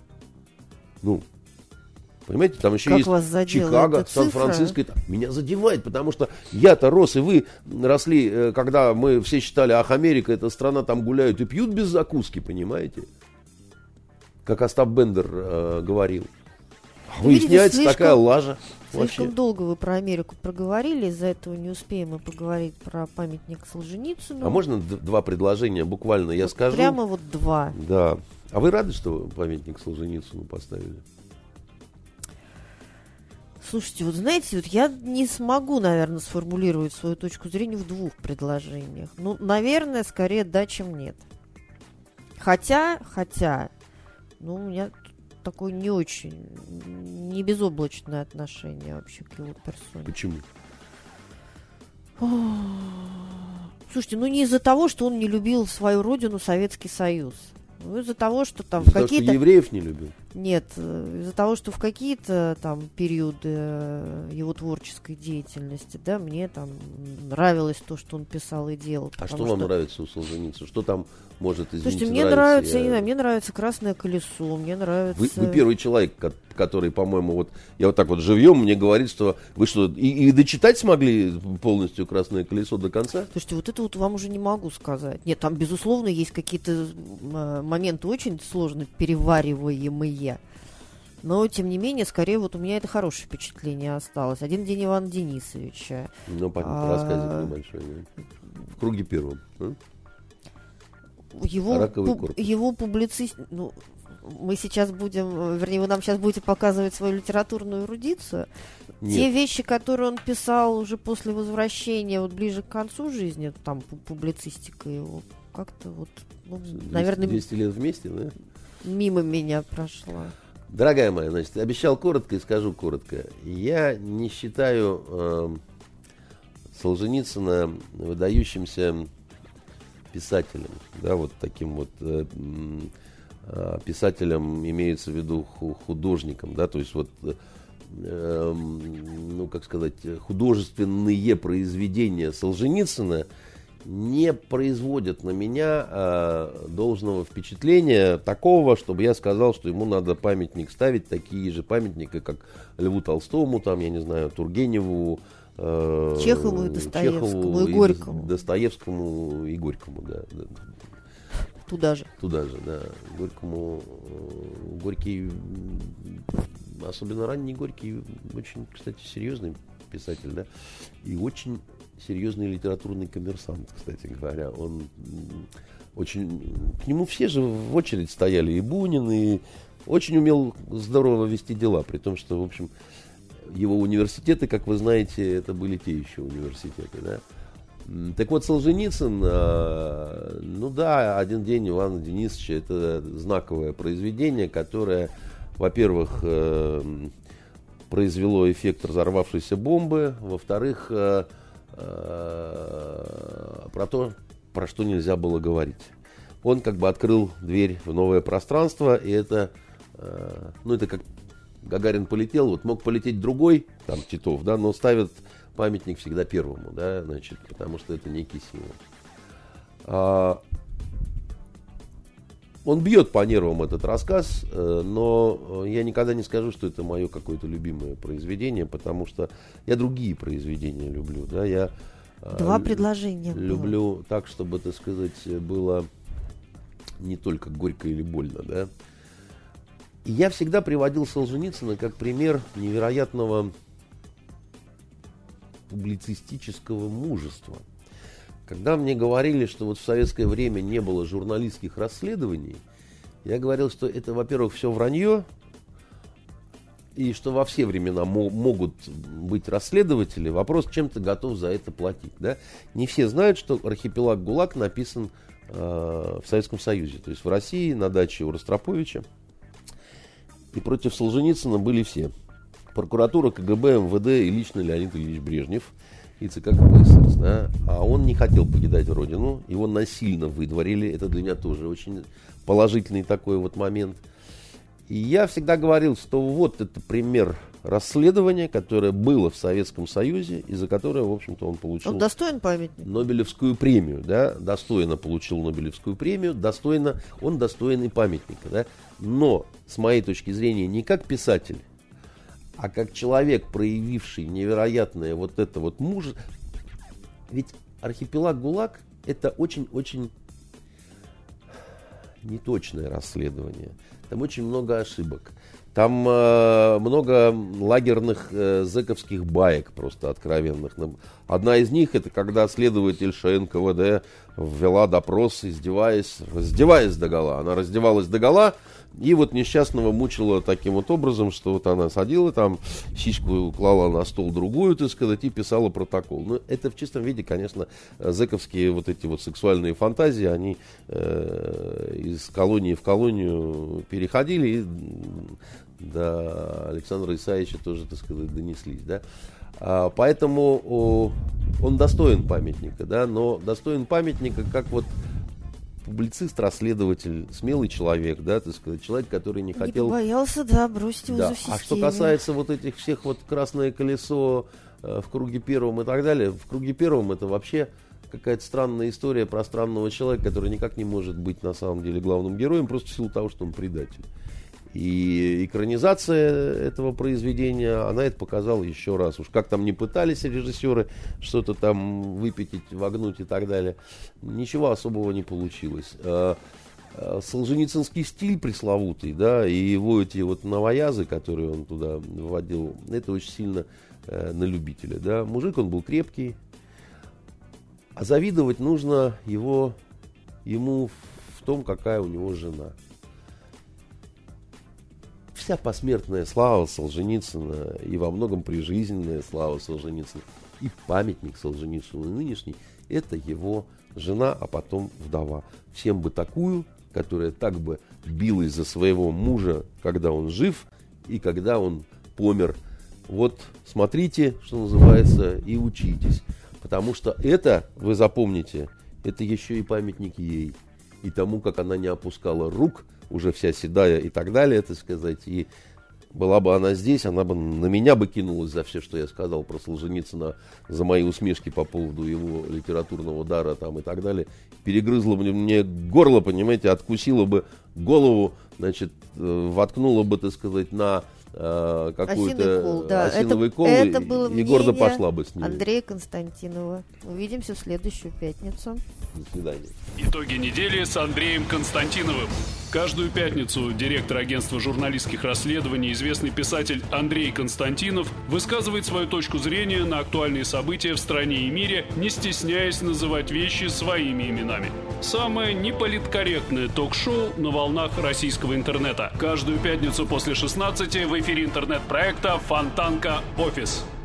Ну, понимаете, там еще как есть Чикаго, Сан-Франциско. Меня задевает, потому что я-то рос, и вы росли, когда мы все считали, ах, Америка, эта страна, там гуляют и пьют без закуски, понимаете? Как Остап Бендер э, говорил. Выясняется, слишком, такая лажа. Слишком вообще. долго вы про Америку проговорили, из-за этого не успеем мы поговорить про памятник Солженицыну. А можно д- два предложения буквально я вот скажу? Прямо вот два. Да. А вы рады, что памятник Солженицыну поставили? Слушайте, вот знаете, вот я не смогу, наверное, сформулировать свою точку зрения в двух предложениях. Ну, наверное, скорее да, чем нет. Хотя, хотя, ну, у меня такое не очень, не безоблачное отношение вообще к его персоне. Почему? Слушайте, ну не из-за того, что он не любил свою родину, Советский Союз. Ну, из-за того, что там из-за какие-то... того, что евреев не любил? Нет, из-за того, что в какие-то там периоды его творческой деятельности, да, мне там нравилось то, что он писал и делал. А что вам что... нравится у Солженицына? Что там может измениться? Слушайте, мне нравится, я... не знаю, мне нравится «Красное колесо», мне нравится... Вы, вы первый человек, который, по-моему, вот я вот так вот живьем, мне говорит, что вы что, и, и дочитать смогли полностью «Красное колесо» до конца? Слушайте, вот это вот вам уже не могу сказать. Нет, там, безусловно, есть какие-то моменты очень сложно перевариваемые. Но, тем не менее, скорее, вот у меня это хорошее впечатление осталось. «Один день Ивана Денисовича». Ну, понятно, а... рассказик небольшой. Да? В круге первом. А? Его, пуб... его публицист... Ну, мы сейчас будем... Вернее, вы нам сейчас будете показывать свою литературную эрудицию. Нет. Те вещи, которые он писал уже после возвращения, вот ближе к концу жизни, там, публицистика его, как-то вот... Ну, двести, наверное... двести лет вместе, да? Мимо меня прошла. Дорогая моя, значит, обещал коротко и скажу коротко. Я не считаю э, Солженицына выдающимся писателем, да, вот таким вот э, э, писателем имеется в виду художником, да, то есть вот, э, ну, как сказать, художественные произведения Солженицына не производят на меня э, должного впечатления такого, чтобы я сказал, что ему надо памятник ставить, такие же памятники, как Льву Толстому, там, я не знаю, Тургеневу, э, Чехову и Достоевскому, Чехову, и Горькому. И Достоевскому и Горькому, да. Туда же. Туда же, да. Горькому, э, Горький, особенно ранний Горький, очень, кстати, серьезный писатель, да, и очень серьезный литературный коммерсант, кстати говоря. Он очень... К нему все же в очередь стояли, и Бунин, и очень умел здорово вести дела, при том, что, в общем, его университеты, как вы знаете, это были те еще университеты, да. Так вот, Солженицын, ну да, «Один день Ивана Денисовича» — это знаковое произведение, которое, во-первых, произвело эффект разорвавшейся бомбы, во-вторых, про то, про что нельзя было говорить. Он как бы открыл дверь в новое пространство, и это, ну, это как Гагарин полетел, вот мог полететь другой, там, Титов, да, но ставят памятник всегда первому, да, значит, потому что это некий символ. А, он бьет по нервам этот рассказ, но я никогда не скажу, что это мое какое-то любимое произведение, потому что я другие произведения люблю, да, я Два предложения люблю было. Так, чтобы, так сказать, было не только горько или больно, да. И я всегда приводил Солженицына как пример невероятного публицистического мужества. Когда мне говорили, что вот в советское время не было журналистских расследований, я говорил, что это, во-первых, все вранье, и что во все времена мо- могут быть расследователи. Вопрос, чем ты готов за это платить. Да? Не все знают, что «Архипелаг ГУЛАГ» написан э, в Советском Союзе, то есть в России, на даче у Ростроповича. И против Солженицына были все. Прокуратура, КГБ, МВД и лично Леонид Ильич Брежнев и ЦК КПСС. Да? А он не хотел покидать родину, его насильно выдворили. Это для меня тоже очень положительный такой вот момент. И я всегда говорил, что вот это пример расследования, которое было в Советском Союзе, и за которое, в общем-то, он получил... Он достоин памятника? Нобелевскую премию, да, достойно получил Нобелевскую премию, достойно, он достойный памятника, да. Но, с моей точки зрения, не как писатель, а как человек, проявивший невероятное вот это вот мужество. Ведь «Архипелаг ГУЛАГ» — это очень-очень неточное расследование. Там очень много ошибок. Там э, много лагерных э, зэковских баек просто откровенных. Одна из них — это когда следователь ШН КВД ввела допрос, издеваясь, раздеваясь догола. Она раздевалась догола и вот несчастного мучила таким вот образом, что вот она садила там, сиську клала на стол другую, так сказать, и писала протокол. Но это в чистом виде, конечно, зэковские вот эти вот сексуальные фантазии, они э, из колонии в колонию переходили и до Александра Исаевича тоже, так сказать, донеслись, да. А, поэтому о, он достоин памятника, да, но достоин памятника как вот публицист, расследователь, смелый человек, да, так сказать, человек, который не хотел... Не побоялся, да, бросить вызов да. системе. А что касается вот этих всех вот «Красное колесо» э, в «Круге первом» и так далее, в «Круге первом» это вообще какая-то странная история про странного человека, который никак не может быть на самом деле главным героем, просто в силу того, что он предатель. И экранизация этого произведения, она это показала еще раз. Уж как там не пытались режиссеры что-то там выпятить, вогнуть и так далее, ничего особого не получилось. Солженицынский стиль пресловутый, да, и его эти вот новоязы, которые он туда вводил, это очень сильно э, на любителя, да. Мужик, он был крепкий, а завидовать нужно его, ему в том, какая у него жена. Вся посмертная слава Солженицына и во многом прижизненная слава Солженицына и памятник Солженицыну нынешний — это его жена, а потом вдова. Всем бы такую, которая так бы билась за своего мужа, когда он жив и когда он помер. Вот смотрите, что называется, и учитесь. Потому что это, вы запомните, это еще и памятник ей. И тому, как она не опускала рук, уже вся седая и так далее, так сказать. И была бы она здесь, она бы на меня бы кинулась за все, что я сказал про Солженицына, за мои усмешки по поводу его литературного дара там и так далее. Перегрызла бы мне горло, понимаете, откусила бы голову, значит, воткнула бы, так сказать, на э, какую-то кол, да. осиновый это, кол это и, было и гордо пошла бы с ним. Андрея Константинова. Увидимся в следующую пятницу. До свидания. Итоги недели с Андреем Константиновым. Каждую пятницу директор агентства журналистских расследований, известный писатель Андрей Константинов, высказывает свою точку зрения на актуальные события в стране и мире, не стесняясь называть вещи своими именами. Самое неполиткорректное ток-шоу на волнах российского интернета. Каждую пятницу после шестнадцати в эфире интернет-проекта «Фонтанка Офис».